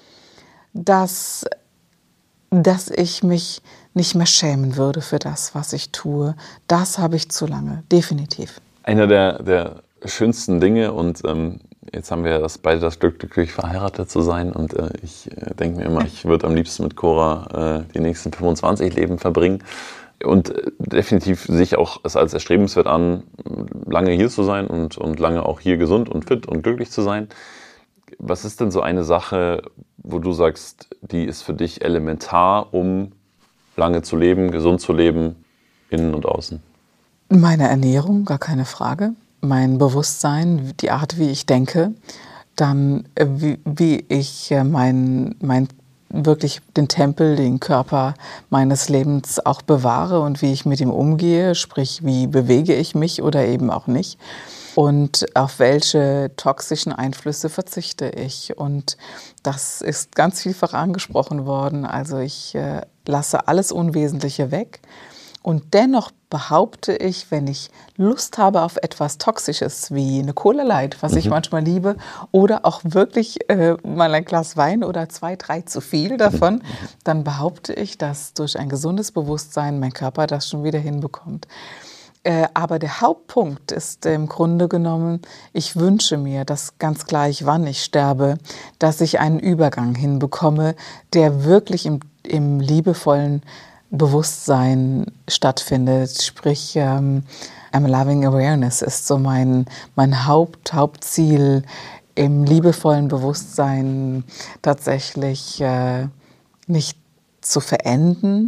dass, dass ich mich nicht mehr schämen würde für das, was ich tue. Das habe ich zu lange, definitiv. Einer der, der schönsten Dinge und ähm, jetzt haben wir das, beide das Glück, glücklich verheiratet zu sein und äh, ich äh, denke mir immer, ich würde am liebsten mit Cora äh, die nächsten fünfundzwanzig Leben verbringen. Und definitiv sehe ich auch es als erstrebenswert an, lange hier zu sein und, und lange auch hier gesund und fit und glücklich zu sein. Was ist denn so eine Sache, wo du sagst, die ist für dich elementar, um lange zu leben, gesund zu leben, innen und außen? Meine Ernährung, gar keine Frage. Mein Bewusstsein, die Art, wie ich denke. Dann, wie, wie ich mein, mein wirklich den Tempel, den Körper meines Lebens auch bewahre und wie ich mit ihm umgehe, sprich, wie bewege ich mich oder eben auch nicht und auf welche toxischen Einflüsse verzichte ich. Und das ist ganz vielfach angesprochen worden. Also ich äh, lasse alles Unwesentliche weg. Und dennoch behaupte ich, wenn ich Lust habe auf etwas Toxisches wie eine Cola Light, was mhm. ich manchmal liebe, oder auch wirklich äh, mal ein Glas Wein oder zwei, drei zu viel davon, mhm. dann behaupte ich, dass durch ein gesundes Bewusstsein mein Körper das schon wieder hinbekommt. Äh, aber der Hauptpunkt ist im Grunde genommen, ich wünsche mir, dass ganz gleich, wann ich sterbe, dass ich einen Übergang hinbekomme, der wirklich im, im liebevollen Bewusstsein stattfindet, sprich ähm, I'm Loving Awareness ist so mein, mein Haupt, Hauptziel, im liebevollen Bewusstsein tatsächlich äh, nicht zu verenden,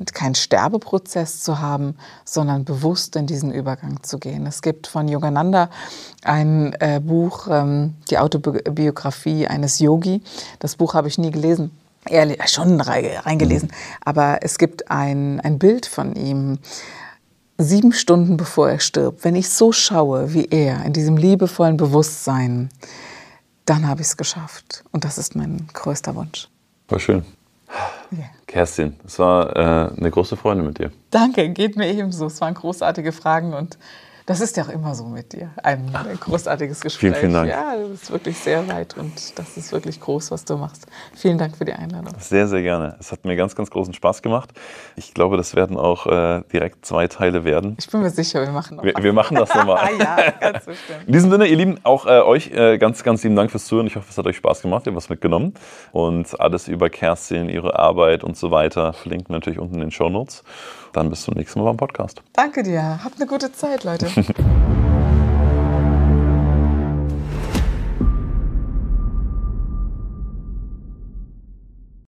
keinen Sterbeprozess zu haben, sondern bewusst in diesen Übergang zu gehen. Es gibt von Yogananda ein äh, Buch, ähm, die Autobiografie eines Yogi. Das Buch habe ich nie gelesen. Ehrlich, schon reingelesen. Aber es gibt ein, ein Bild von ihm, sieben Stunden bevor er stirbt. Wenn ich so schaue wie er, in diesem liebevollen Bewusstsein, dann habe ich es geschafft. Und das ist mein größter Wunsch. War schön. Yeah. Kerstin, es war äh, eine große Freude mit dir. Danke, geht mir ebenso. Es waren großartige Fragen und das ist ja auch immer so mit dir. Ein großartiges Gespräch. Vielen, vielen Dank. Ja, du bist wirklich sehr weit und das ist wirklich groß, was du machst. Vielen Dank für die Einladung. Sehr, sehr gerne. Es hat mir ganz, ganz großen Spaß gemacht. Ich glaube, das werden auch äh, direkt zwei Teile werden. Ich bin mir sicher, wir machen noch Wir, was. wir machen das nochmal. Ja, ganz bestimmt. In diesem Sinne, ihr Lieben, auch äh, euch äh, ganz, ganz lieben Dank fürs Zuhören. Ich hoffe, es hat euch Spaß gemacht. Ihr habt was mitgenommen. Und alles über Kerstin, ihre Arbeit und so weiter verlinken wir natürlich unten in den Shownotes. Dann bis zum nächsten Mal beim Podcast. Danke dir. Habt eine gute Zeit, Leute.